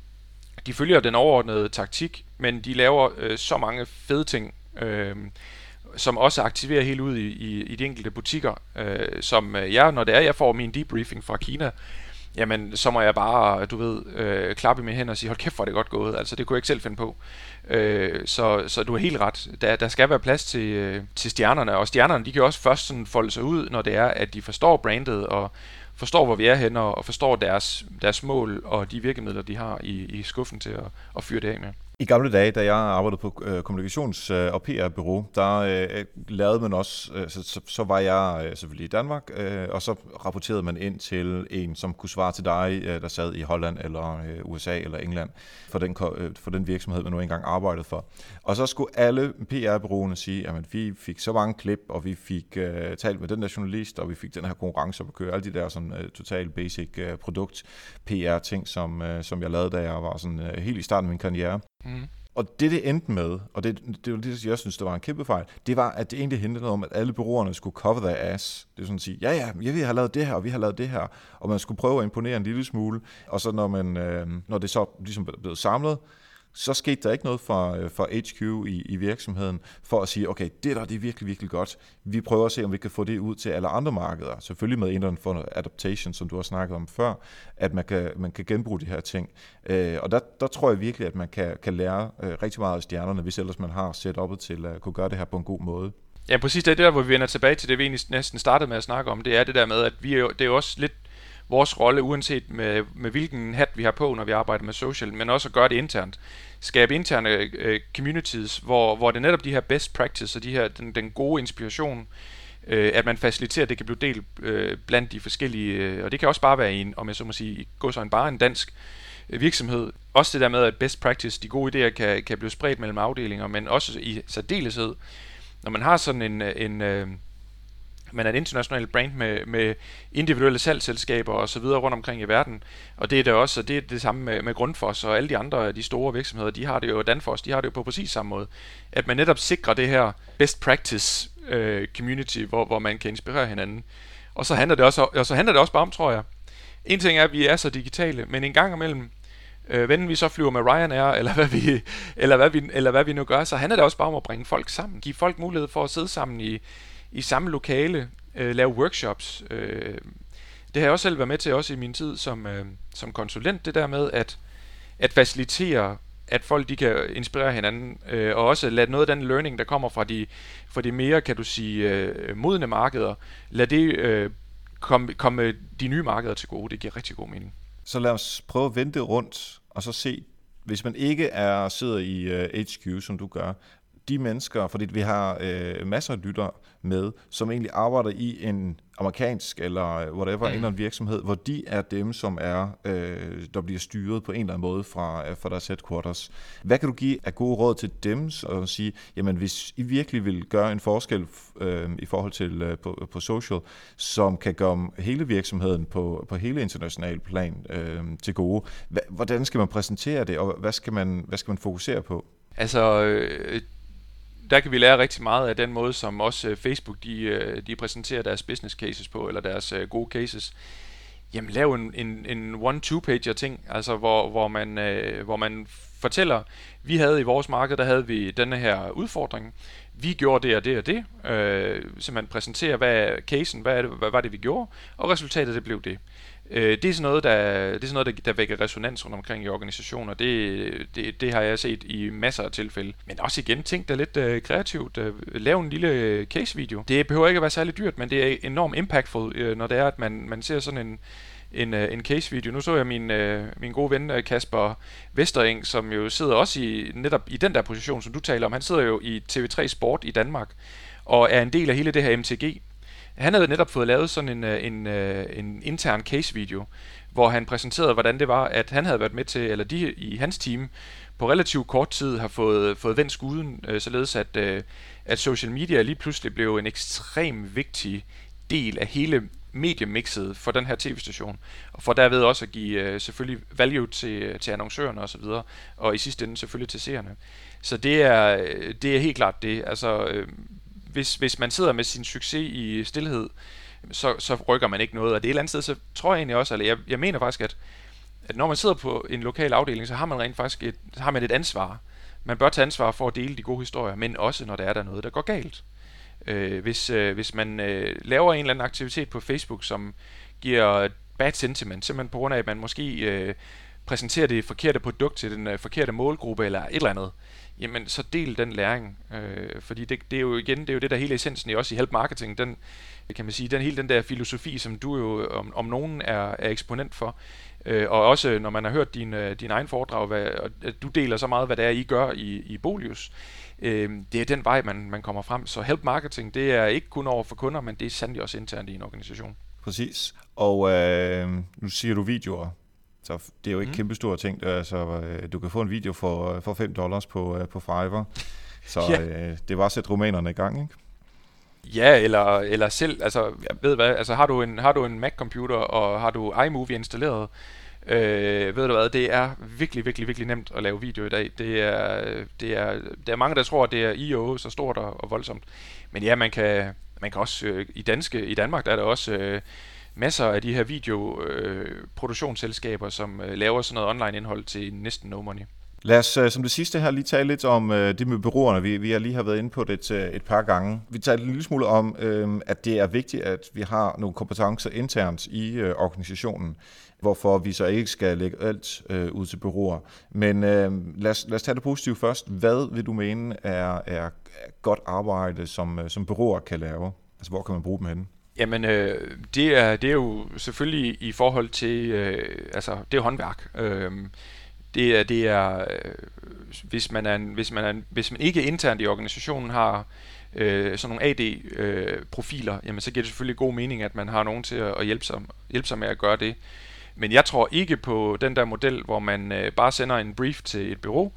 de følger den overordnede taktik, men de laver øh, så mange fede ting, øh, som også aktiverer helt ud i, i, i de enkelte butikker, øh, som jeg, når det er, jeg får min debriefing fra Kina, jamen så må jeg bare, du ved, øh, klappe i mine hænder og sige, hold kæft, hvor er det godt gået. Altså det kunne jeg ikke selv finde på. Øh, så, så du er helt ret. Der, der skal være plads til, øh, til stjernerne, og stjernerne, de kan også først sådan folde sig ud, når det er, at de forstår brandet, og forstår, hvor vi er henne, og forstår deres, deres mål, og de virkemidler, de har i, i skuffen til at, at fyre det af med. I gamle dage, da jeg arbejdede på øh, kommunikations- og P R-bureau, der øh, lavede man også, øh, så, så, så var jeg øh, selvfølgelig i Danmark, øh, og så rapporterede man ind til en, som kunne svare til dig, øh, der sad i Holland, eller øh, U S A, eller England, for den, øh, for den virksomhed, man nu engang arbejdede for. Og så skulle alle P R-bureauerne sige, at vi fik så mange klip, og vi fik øh, talt med den der journalist, og vi fik den her konkurrence op at køre, alle de der sådan øh, total basic øh, produkt-P R-ting, som, øh, som jeg lavede, da jeg var sådan øh, helt i starten af min karriere. Mm. Og det, det endte med, og det, det var det, jeg synes, det var en kæmpe fejl, det var, at det egentlig hentede noget om, at alle bureauerne skulle cover their ass. Det er sådan at sige, ja, ja, ja, vi har lavet det her, og vi har lavet det her, og man skulle prøve at imponere en lille smule, og så når, man, øh, når det så ligesom blev samlet, så skete der ikke noget fra, fra H Q i, i virksomheden for at sige, okay, det der det er virkelig, virkelig godt. Vi prøver at se, om vi kan få det ud til alle andre markeder. Selvfølgelig med en eller anden form for adaptation, som du har snakket om før, at man kan, man kan genbruge de her ting. Øh, og der, der tror jeg virkelig, at man kan, kan lære øh, rigtig meget af stjernerne, hvis ellers man har setup'et til at kunne gøre det her på en god måde. Ja, præcis. Det er det der, hvor vi vender tilbage til det, vi egentlig næsten startede med at snakke om. Det er det der med, at vi er jo, det er jo også lidt vores rolle, uanset med, med hvilken hat vi har på, når vi arbejder med social, men også at gøre det internt. Skabe interne øh, communities, hvor, hvor det netop de her best practice og de her, den, den gode inspiration, øh, at man faciliterer, at det kan blive delt øh, blandt de forskellige, øh, og det kan også bare være en, om jeg så må sige, gå så en bare en dansk øh, virksomhed. Også det der med, at best practice, de gode idéer, kan, kan blive spredt mellem afdelinger, men også i særdeleshed, når man har sådan en, en øh, man er et internationalt brand med, med individuelle salgsselskaber og så videre rundt omkring i verden, og det er det også, og det er det samme med, med Grundfos og alle de andre de store virksomheder, de har det jo, Danfoss, de har det jo på præcis samme måde, at man netop sikrer det her best practice øh, community, hvor, hvor man kan inspirere hinanden, og så handler det også, og så handler det også bare om, tror jeg, en ting er, at vi er så digitale, men en gang imellem, øh, venden vi så flyver med Ryanair, eller hvad vi, eller hvad vi, eller hvad vi nu gør, så handler det også bare om at bringe folk sammen, give folk mulighed for at sidde sammen i i samme lokale, øh, lave workshops. Øh, det har jeg også selv været med til, også i min tid som, øh, som konsulent, det der med at, at facilitere, at folk de kan inspirere hinanden, øh, og også lade noget af den learning, der kommer fra de, fra de mere, kan du sige, øh, modne markeder, lad det øh, komme, komme de nye markeder til gode. Det giver rigtig god mening. Så lad os prøve at vente rundt, og så se, hvis man ikke er sidder i øh, H Q, som du gør, de mennesker, fordi vi har øh, masser af lyttere med, som egentlig arbejder i en amerikansk eller whatever, mm. en eller anden virksomhed, hvor de er dem, som er, øh, der bliver styret på en eller anden måde fra, fra deres headquarters. Hvad kan du give af gode råd til dem, og sige, jamen hvis I virkelig vil gøre en forskel øh, i forhold til øh, på, på social, som kan gøre hele virksomheden på, på hele international plan øh, til gode, hvordan skal man præsentere det, og hvad skal man, hvad skal man fokusere på? Altså, øh der kan vi lære rigtig meget af den måde, som også Facebook de, de præsenterer deres business cases på, eller deres gode cases. Jamen, lav en, en, en one-two-pager ting, altså hvor, hvor, man, øh, hvor man fortæller, vi havde i vores marked, der havde vi denne her udfordring, vi gjorde det og det og det, øh, så man præsenterer, hvad er casen, hvad, er det, hvad var det, vi gjorde, og resultatet, det blev det. Øh, det er sådan noget, der, det er sådan noget, der, der vækker resonans rundt omkring i organisationer. Det, det, det har jeg set i masser af tilfælde. Men også igen, tænk dig lidt øh, kreativt. Øh, lav en lille case-video. Det behøver ikke at være særlig dyrt, men det er enormt impactful, øh, når det er, at man, man ser sådan en, en, øh, en case-video. Nu så jeg min, øh, min gode ven Kasper Vestereng, som jo sidder også i netop i den der position, som du taler om. Han sidder jo i T V tre Sport i Danmark, og er en del af hele det her M T G. Han havde netop fået lavet sådan en, en, en intern case-video, hvor han præsenterede, hvordan det var, at han havde været med til, eller de i hans team, på relativt kort tid har fået, fået vendt skuden, øh, således at, øh, at social media lige pludselig blev en ekstrem vigtig del af hele mediemixet for den her tv-station, og for derved også at give øh, selvfølgelig value til, til annoncørerne osv., og, og i sidste ende selvfølgelig til seerne. Så det er, det er helt klart det. Altså, øh, Hvis, hvis man sidder med sin succes i stilhed, så, så rykker man ikke noget. Og det er et eller andet sted, så tror jeg egentlig også, eller jeg, jeg mener faktisk, at, at når man sidder på en lokal afdeling, så har man rent faktisk et, har man et ansvar. Man bør tage ansvar for at dele de gode historier, men også når der er der noget, der går galt. Øh, hvis, øh, hvis man øh, laver en eller anden aktivitet på Facebook, som giver bad sentiment, simpelthen på grund af, at man måske øh, præsenterer det forkerte produkt til den øh, forkerte målgruppe, eller et eller andet, jamen så del den læring, øh, fordi det, det er jo igen, det er jo det der hele essensen i også i help marketing, den kan man sige, den hele den der filosofi, som du jo om, om nogen er, er eksponent for, øh, og også når man har hørt din, din egen foredrag, hvad, og du deler så meget, hvad det er, I gør i, i Bolius, øh, det er den vej, man, man kommer frem, så help marketing, det er ikke kun over for kunder, men det er sandelig også internt i en organisation. Præcis, og øh, nu siger du videoer. Så det er jo ikke mm. kæmpestort ting. Altså, du kan få en video for, for fem dollars på, på Fiverr. Så ja. øh, det var at sætte rumænerne i gang, ikke? Ja, eller, eller selv, altså, jeg ved hvad, altså har du en, har du en Mac-computer, og har du iMovie installeret, øh, ved du hvad, det er virkelig, virkelig, virkelig nemt at lave video i dag. Det er, det er, der er mange, der tror, at det er I O så stort og, og voldsomt. Men ja, man kan, man kan også, øh, i, danske, i Danmark der er der også øh, masser af de her videoproduktionsselskaber, øh, som øh, laver sådan noget online indhold til næsten no money. Lad os som det sidste her lige tale lidt om øh, det med bureauerne. Vi, vi har lige har været inde på det et, et par gange. Vi taler en lille smule om, øh, at det er vigtigt, at vi har nogle kompetencer internt i øh, organisationen, hvorfor vi så ikke skal lægge alt øh, ud til bureauer. Men øh, lad, os, lad os tage det positivt først. Hvad vil du mene er, er godt arbejde, som, som bureauer kan lave? Altså, hvor kan man bruge dem henne? Jamen, øh, det, er, det er jo selvfølgelig i forhold til, øh, altså, det er håndværk. Øh, Det er, det er øh, hvis man er en, hvis man er en, hvis man ikke internt i organisationen har øh, sådan nogle A D-profiler, øh, jamen så giver det selvfølgelig god mening, at man har nogen til at, at hjælpe sig, hjælpe sig med at gøre det. Men jeg tror ikke på den der model, hvor man øh, bare sender en brief til et bureau,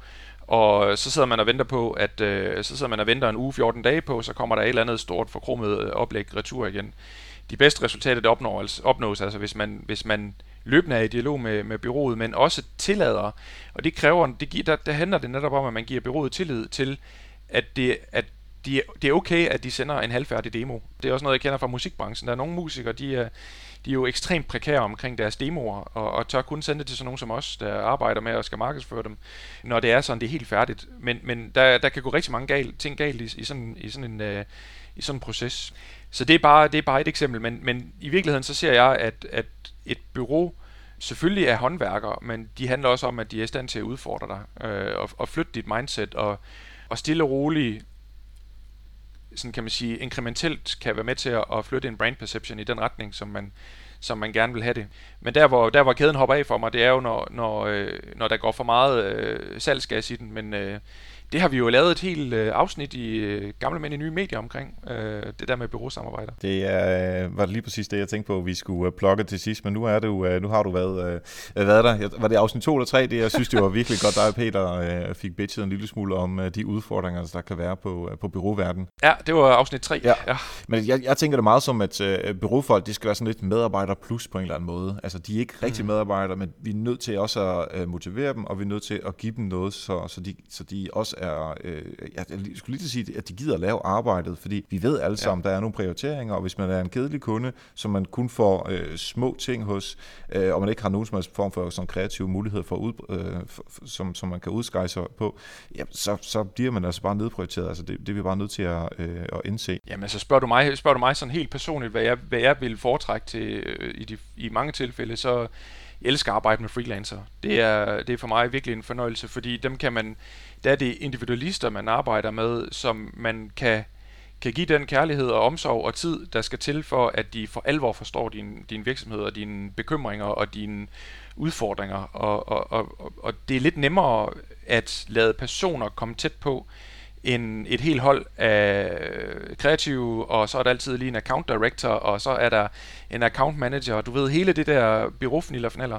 og så sidder man og venter på, at øh, så sidder man og venter en uge, fjorten dage på, så kommer der et eller andet stort forkromet oplæg retur igen. De bedste resultater, det opnås, opnås altså hvis man, hvis man løbende er i dialog med, med bureauet, men også tillader, og det kræver, det giver, der, der handler det netop om, at man giver bureauet tillid til, at det, at de, det er okay, at de sender en halvfærdig demo. Det er også noget, jeg kender fra musikbranchen. Der er nogle musikere, de er, de er jo ekstremt prekære omkring deres demoer, og, og tør kun sende det til sådan nogen som os, der arbejder med og skal markedsføre dem, når det er sådan, det er helt færdigt. Men, men der, der kan gå rigtig mange gal, ting galt i, i, sådan, i, sådan en, uh, i sådan en proces. Så det er bare, det er bare et eksempel, men, men i virkeligheden så ser jeg, at, at et bureau selvfølgelig er håndværkere, men de handler også om, at de er i stand til at udfordre dig, øh, og, og flytte dit mindset, og, og stille og roligt, sådan kan man sige, inkrementelt kan være med til at, at flytte en brand perception i den retning, som man, som man gerne vil have det. Men der hvor, der hvor kæden hopper af for mig, det er jo, når, når, øh, når der går for meget øh, salgsgas i den, men øh, det har vi jo lavet et helt øh, afsnit i øh, Gamle Mænd i Nye Medier omkring, øh, det der med bureausamarbejder. Det er, var det lige præcis det, jeg tænkte på, at vi skulle uh, plukke til sidst, men nu, er det jo, uh, nu har du været, uh, været der. Var det afsnit to eller tre? Det, jeg synes, det var virkelig godt, dig og Peter uh, fik bitchet en lille smule om uh, de udfordringer, der kan være på, uh, på bureauverdenen. Ja, det var afsnit tre. Ja. Ja. Men jeg, jeg tænker det meget som, at uh, bureaufolk, det skal være sådan lidt medarbejder plus på en eller anden måde. Altså, de er ikke rigtig mm. medarbejdere, men vi er nødt til også at uh, motivere dem, og vi er nødt til at give dem noget, så, så, de, så de også er, øh, jeg skulle lige til sige, at de gider at lave arbejdet, fordi vi ved alle sammen, ja. Der er nogle prioriteringer, og hvis man er en kedelig kunde, som man kun får øh, små ting hos, øh, og man ikke har nogen som helst form for sådan kreative muligheder, for ud, øh, for, som, som man kan udskære sig på, ja, så, så bliver man altså bare nedprioriteret. Altså det, det er vi bare nødt til at, øh, at indse. Jamen så spørger du mig, spørger du mig sådan helt personligt, hvad jeg, hvad jeg vil foretrække til øh, i, de, i mange tilfælde, så jeg elsker at arbejde med freelancer. Det er, det er for mig virkelig en fornøjelse, fordi dem kan man, der er det individualister, man arbejder med, som man kan, kan give den kærlighed og omsorg og tid, der skal til for, at de for alvor forstår din, din virksomhed og dine bekymringer og dine udfordringer. Og, og, og, og det er lidt nemmere at lade personer komme tæt på, en, et helt hold af kreative, og så er der altid lige en account director, og så er der en account manager, og du ved, hele det der birofniller,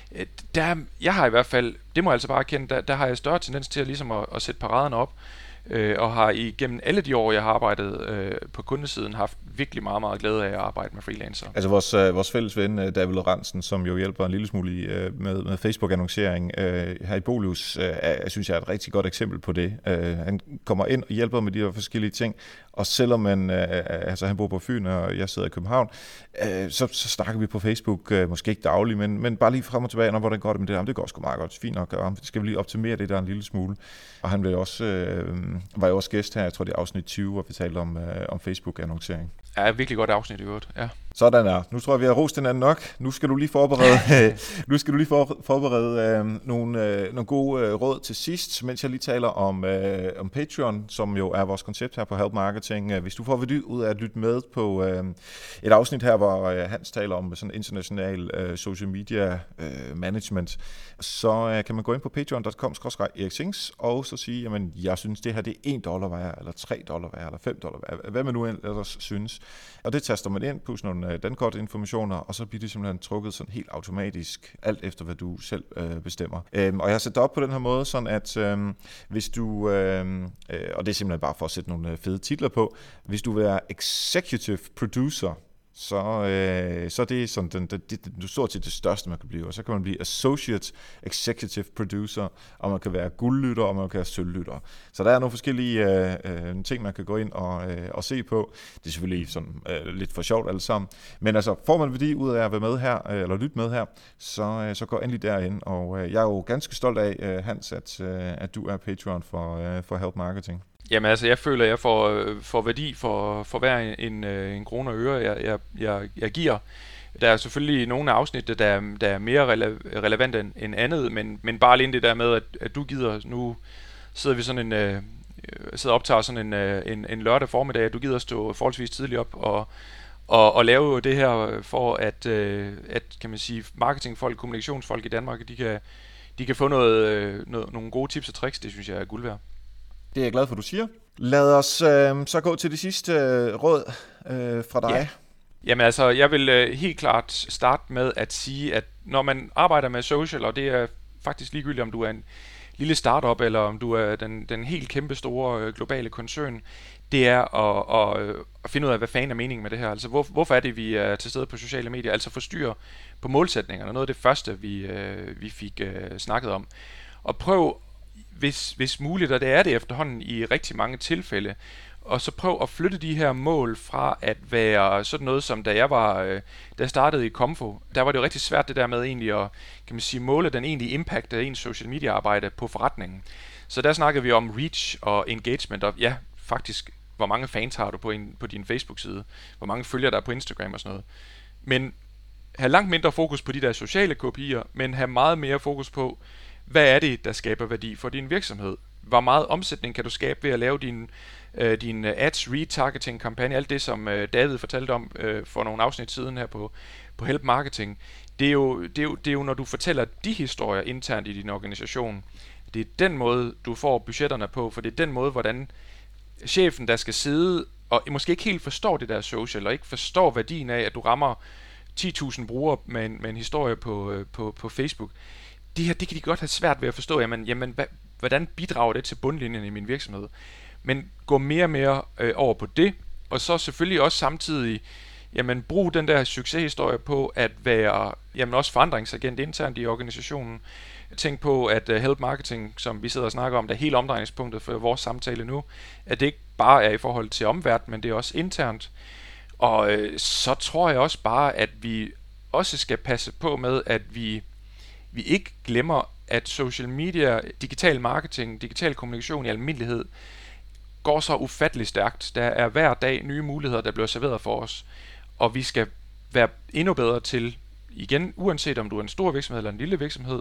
der, jeg har i hvert fald, det må jeg altså bare erkende, der, der har jeg større tendens til at, ligesom at, at sætte paraderne op, øh, og har igennem alle de år, jeg har arbejdet øh, på kundesiden, haft virkelig meget, meget glæde af at arbejde med freelancer. Altså vores, øh, vores fælles ven, David Lorentzen, som jo hjælper en lille smule i, øh, med, med Facebook-annoncering øh, her i Bolius, øh, jeg synes jeg er et rigtig godt eksempel på det. Øh, han kommer ind og hjælper med de her forskellige ting, og selvom man, øh, altså han bor på Fyn, og jeg sidder i København, øh, så, så snakker vi på Facebook, øh, måske ikke dagligt, men, men bare lige frem og tilbage, når hvordan går det med det? Jamen, det går sgu meget godt, fint nok, og skal vi lige optimere det der en lille smule. Og han blev også, øh, var jo også gæst her, jeg tror det er afsnit tyve, hvor vi talte om, øh, om Facebook-annoncering. Ja, virkelig godt afsnit i øvrigt, ja. Sådan er. Nu tror jeg, vi har rost hinanden nok. Nu skal du lige forberede, nu skal du lige for, forberede øh, nogle, øh, nogle gode øh, råd til sidst, mens jeg lige taler om, øh, om Patreon, som jo er vores koncept her på Help Marketing. Hvis du får værdi ud af at lytte med på øh, et afsnit her, hvor øh, Hans taler om sådan international øh, social media øh, management, så øh, kan man gå ind på patreon punktum com skråstreg erik sings og så sige, jamen jeg synes det her det er en dollar værd, eller tre dollar værd, eller fem dollar værd, hvad man nu ellers synes. Og det taster man ind, plus nogle dankortinformationer, og så bliver det simpelthen trukket sådan helt automatisk, alt efter hvad du selv øh, bestemmer. Øhm, og jeg har sat det op på den her måde, sådan at øh, hvis du, øh, øh, og det er simpelthen bare for at sætte nogle fede titler på, hvis du vil være executive producer, så, øh, så det er sådan den, det, det, det, stort set det største, man kan blive. Og så kan man blive associate executive producer, og man kan være guldlytter, og man kan være sølvlytter. Så der er nogle forskellige øh, øh, ting, man kan gå ind og, øh, og se på. Det er selvfølgelig sådan, øh, lidt for sjovt alle sammen. Men altså, får man værdi ud af at være med her, øh, eller lytte med her, så, øh, så gå endelig derind. Og øh, jeg er jo ganske stolt af, øh, Hans, at, øh, at du er Patreon for, øh, for Help Marketing. Jamen altså, jeg føler, at jeg får, får værdi for, for hver en, en krone og øre, jeg, jeg, jeg, jeg giver. Der er selvfølgelig nogle afsnit, der er, der er mere rele- relevante end, end andet, men, men bare alene det der med, at, at du gider, nu sidder vi sådan en, øh, sidder og optager sådan en, en, en lørdag formiddag, at du gider stå forholdsvis tidligt op og, og, og lave det her for, at, øh, at kan man sige, marketingfolk, kommunikationsfolk i Danmark, de kan, de kan få noget, noget, nogle gode tips og tricks, det synes jeg er guld værd. Det er jeg glad for, du siger. Lad os øh, så gå til det sidste øh, råd øh, fra dig. Ja. Jamen altså, jeg vil øh, helt klart starte med at sige, at når man arbejder med social, og det er faktisk ligegyldigt, om du er en lille startup, eller om du er den, den helt kæmpe store øh, globale koncern, det er at, at, at finde ud af, hvad fanden er meningen med det her. Altså, hvor, hvorfor er det, vi er til stede på sociale medier? Altså forstyrre på målsætningerne. Noget af det første, vi, øh, vi fik øh, snakket om. Og prøv Hvis, hvis muligt, og det er det efterhånden i rigtig mange tilfælde, og så prøv at flytte de her mål fra at være sådan noget som da jeg var, da jeg startede i Comfo, der var det jo rigtig svært det der med egentlig at, kan man sige, måle den egentlige impact af ens social media arbejde på forretningen. Så der snakkede vi om reach og engagement, og ja, faktisk, hvor mange fans har du på, en, på din Facebook-side, hvor mange følger der på Instagram og sådan noget. Men have langt mindre fokus på de der sociale kopier, men have meget mere fokus på, hvad er det, der skaber værdi for din virksomhed? Hvor meget omsætning kan du skabe ved at lave din, øh, din ads, retargeting kampagne, alt det som øh, David fortalte om øh, for nogle afsnit siden her på, på Help Marketing. Det er, jo, det, er jo, det er jo når du fortæller de historier internt i din organisation, det er den måde du får budgetterne på, for det er den måde, hvordan chefen der skal sidde og måske ikke helt forstår det der social, og ikke forstår værdien af, at du rammer ti tusind brugere med en, med en historie på, øh, på, på Facebook. Det her, det kan de godt have svært ved at forstå, jamen, jamen hva, hvordan bidrager det til bundlinjen i min virksomhed? Men gå mere og mere øh, over på det, og så selvfølgelig også samtidig, jamen brug den der succeshistorie på at være, jamen også forandringsagent internt i organisationen. Tænk på, at uh, Help Marketing, som vi sidder og snakker om, der er hele omdrejningspunktet for vores samtale nu, at det ikke bare er i forhold til omverdenen, men det er også internt. Og øh, så tror jeg også bare, at vi også skal passe på med, at vi, vi ikke glemmer, at social media, digital marketing, digital kommunikation i almindelighed, går så ufatteligt stærkt. Der er hver dag nye muligheder, der bliver serveret for os, og vi skal være endnu bedre til, igen, uanset om du er en stor virksomhed eller en lille virksomhed,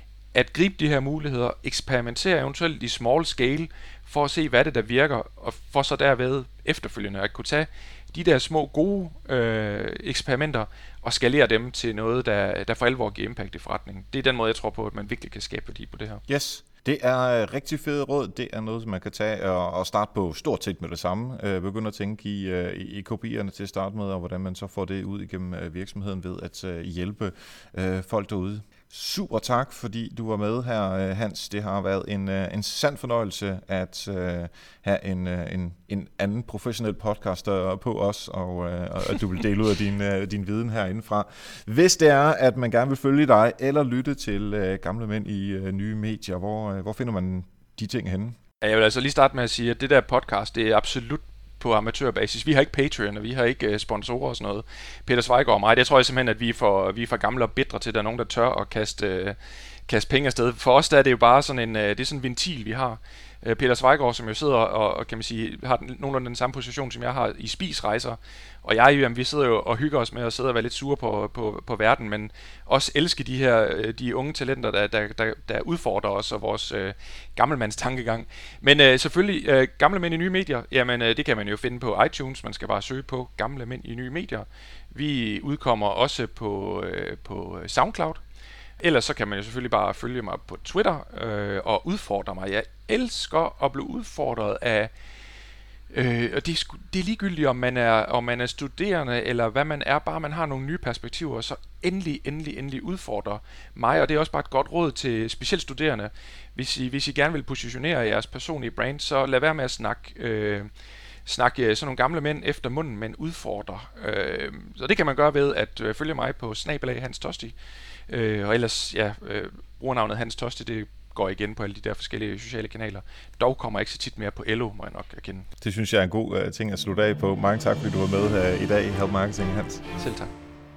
at gribe de her muligheder, eksperimentere eventuelt i small scale, for at se, hvad det der virker, og for så derved efterfølgende at kunne tage de der små gode øh, eksperimenter og skalere dem til noget, der, der for alvor giver impact i forretningen. Det er den måde, jeg tror på, at man virkelig kan skabe værdi på det her. Yes. Det er rigtig fedt råd. Det er noget, som man kan tage og, og starte på stort set med det samme. Øh, begynde at tænke i, øh, i kopierne til at starte med, og hvordan man så får det ud igennem øh, virksomheden ved at øh, hjælpe øh, folk derude. Super tak, fordi du var med her, Hans. Det har været en, en sand fornøjelse at uh, have en, en, en anden professionel podcaster på os, og, uh, og at du vil dele ud af din, uh, din viden herindefra. Hvis det er, at man gerne vil følge dig eller lytte til uh, gamle mænd i uh, nye medier, hvor, uh, hvor finder man de ting henne? Jeg vil altså lige starte med at sige, at det der podcast, det er absolut på amatørbasis. Vi har ikke Patreon, og vi har ikke sponsorer og sådan noget. Peter Schweigaard og mig, det tror jeg simpelthen, at vi er for, vi er for gamle og bitre til, at der er nogen, der tør at kaste, kaste penge afsted. For os der er det jo bare sådan en, det er sådan en ventil, vi har. Peter Schweigaard, som jo sidder og, og kan man sige, har den, nogenlunde den samme position, som jeg har i Spisrejser. Og jeg, jamen, vi sidder jo og hygger os med at sidde og være lidt sure på, på, på verden, men også elske de her de unge talenter, der, der, der, der udfordrer os og vores øh, gammelmands tankegang. Men øh, selvfølgelig, øh, gamle mænd i nye medier, jamen øh, det kan man jo finde på iTunes. Man skal bare søge på gamle mænd i nye medier. Vi udkommer også på, øh, på SoundCloud. Ellers så kan man jo selvfølgelig bare følge mig på Twitter øh, og udfordre mig. Jeg elsker at blive udfordret af, øh, og det er, sku, det er ligegyldigt, om man er, om man er studerende, eller hvad man er, bare man har nogle nye perspektiver, så endelig, endelig, endelig udfordre mig. Og det er også bare et godt råd til specielt studerende. Hvis I, hvis I gerne vil positionere jeres personlige brand, så lad være med at snakke... Øh, snakke sådan nogle gamle mænd efter munden, men udfordre. Øh, så det kan man gøre ved at øh, følge mig på snabelag Hans Tosti. Øh, og ellers, ja, øh, brugernavnet Hans Tosti, det går igen på alle de der forskellige sociale kanaler. Dog kommer jeg ikke så tit mere på Ello, må jeg nok erkende. Det synes jeg er en god uh, ting at slutte af på. Mange tak, fordi du var med uh, i dag i Help Marketing, Hans. Selv tak.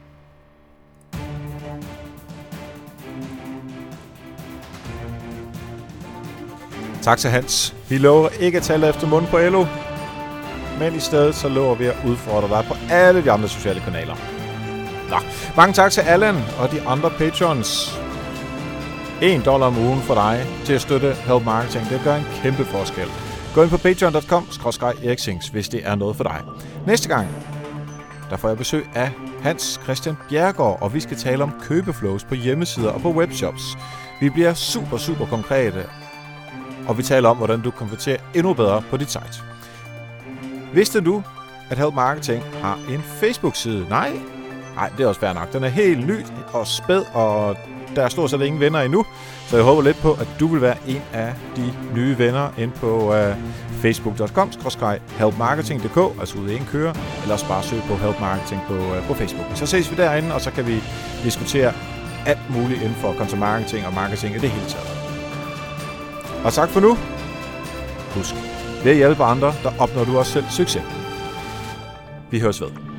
Tak til Hans. Vi lover ikke at tale efter munden på Ello, men i stedet så lover vi at udfordre dig på alle de andre sociale kanaler. Nå, mange tak til Allan og de andre patrons. en dollar om ugen for dig til at støtte Help Marketing. Det gør en kæmpe forskel. Gå ind på patreon punktum com skråstreg eriksings, hvis det er noget for dig. Næste gang, der får jeg besøg af Hans Christian Bjerregaard, og vi skal tale om købeflows på hjemmesider og på webshops. Vi bliver super, super konkrete, og vi taler om, hvordan du konverterer endnu bedre på dit site. Vidste du, at Help Marketing har en Facebook-side? Nej? Nej, det er også fair nok. Den er helt ny og spæd, og der er stort set ingen venner endnu. Så jeg håber lidt på, at du vil være en af de nye venner ind på uh, facebook punktum com skråstreg help marketing punktum d k, altså ude i en køre, eller også bare søg på Help Marketing på, uh, på Facebook. Så ses vi derinde, og så kan vi diskutere alt muligt inden for content marketing og marketing i det hele taget. Og tak for nu. Husk, ved at hjælpe andre, der opnår du også selv succes. Vi høres ved.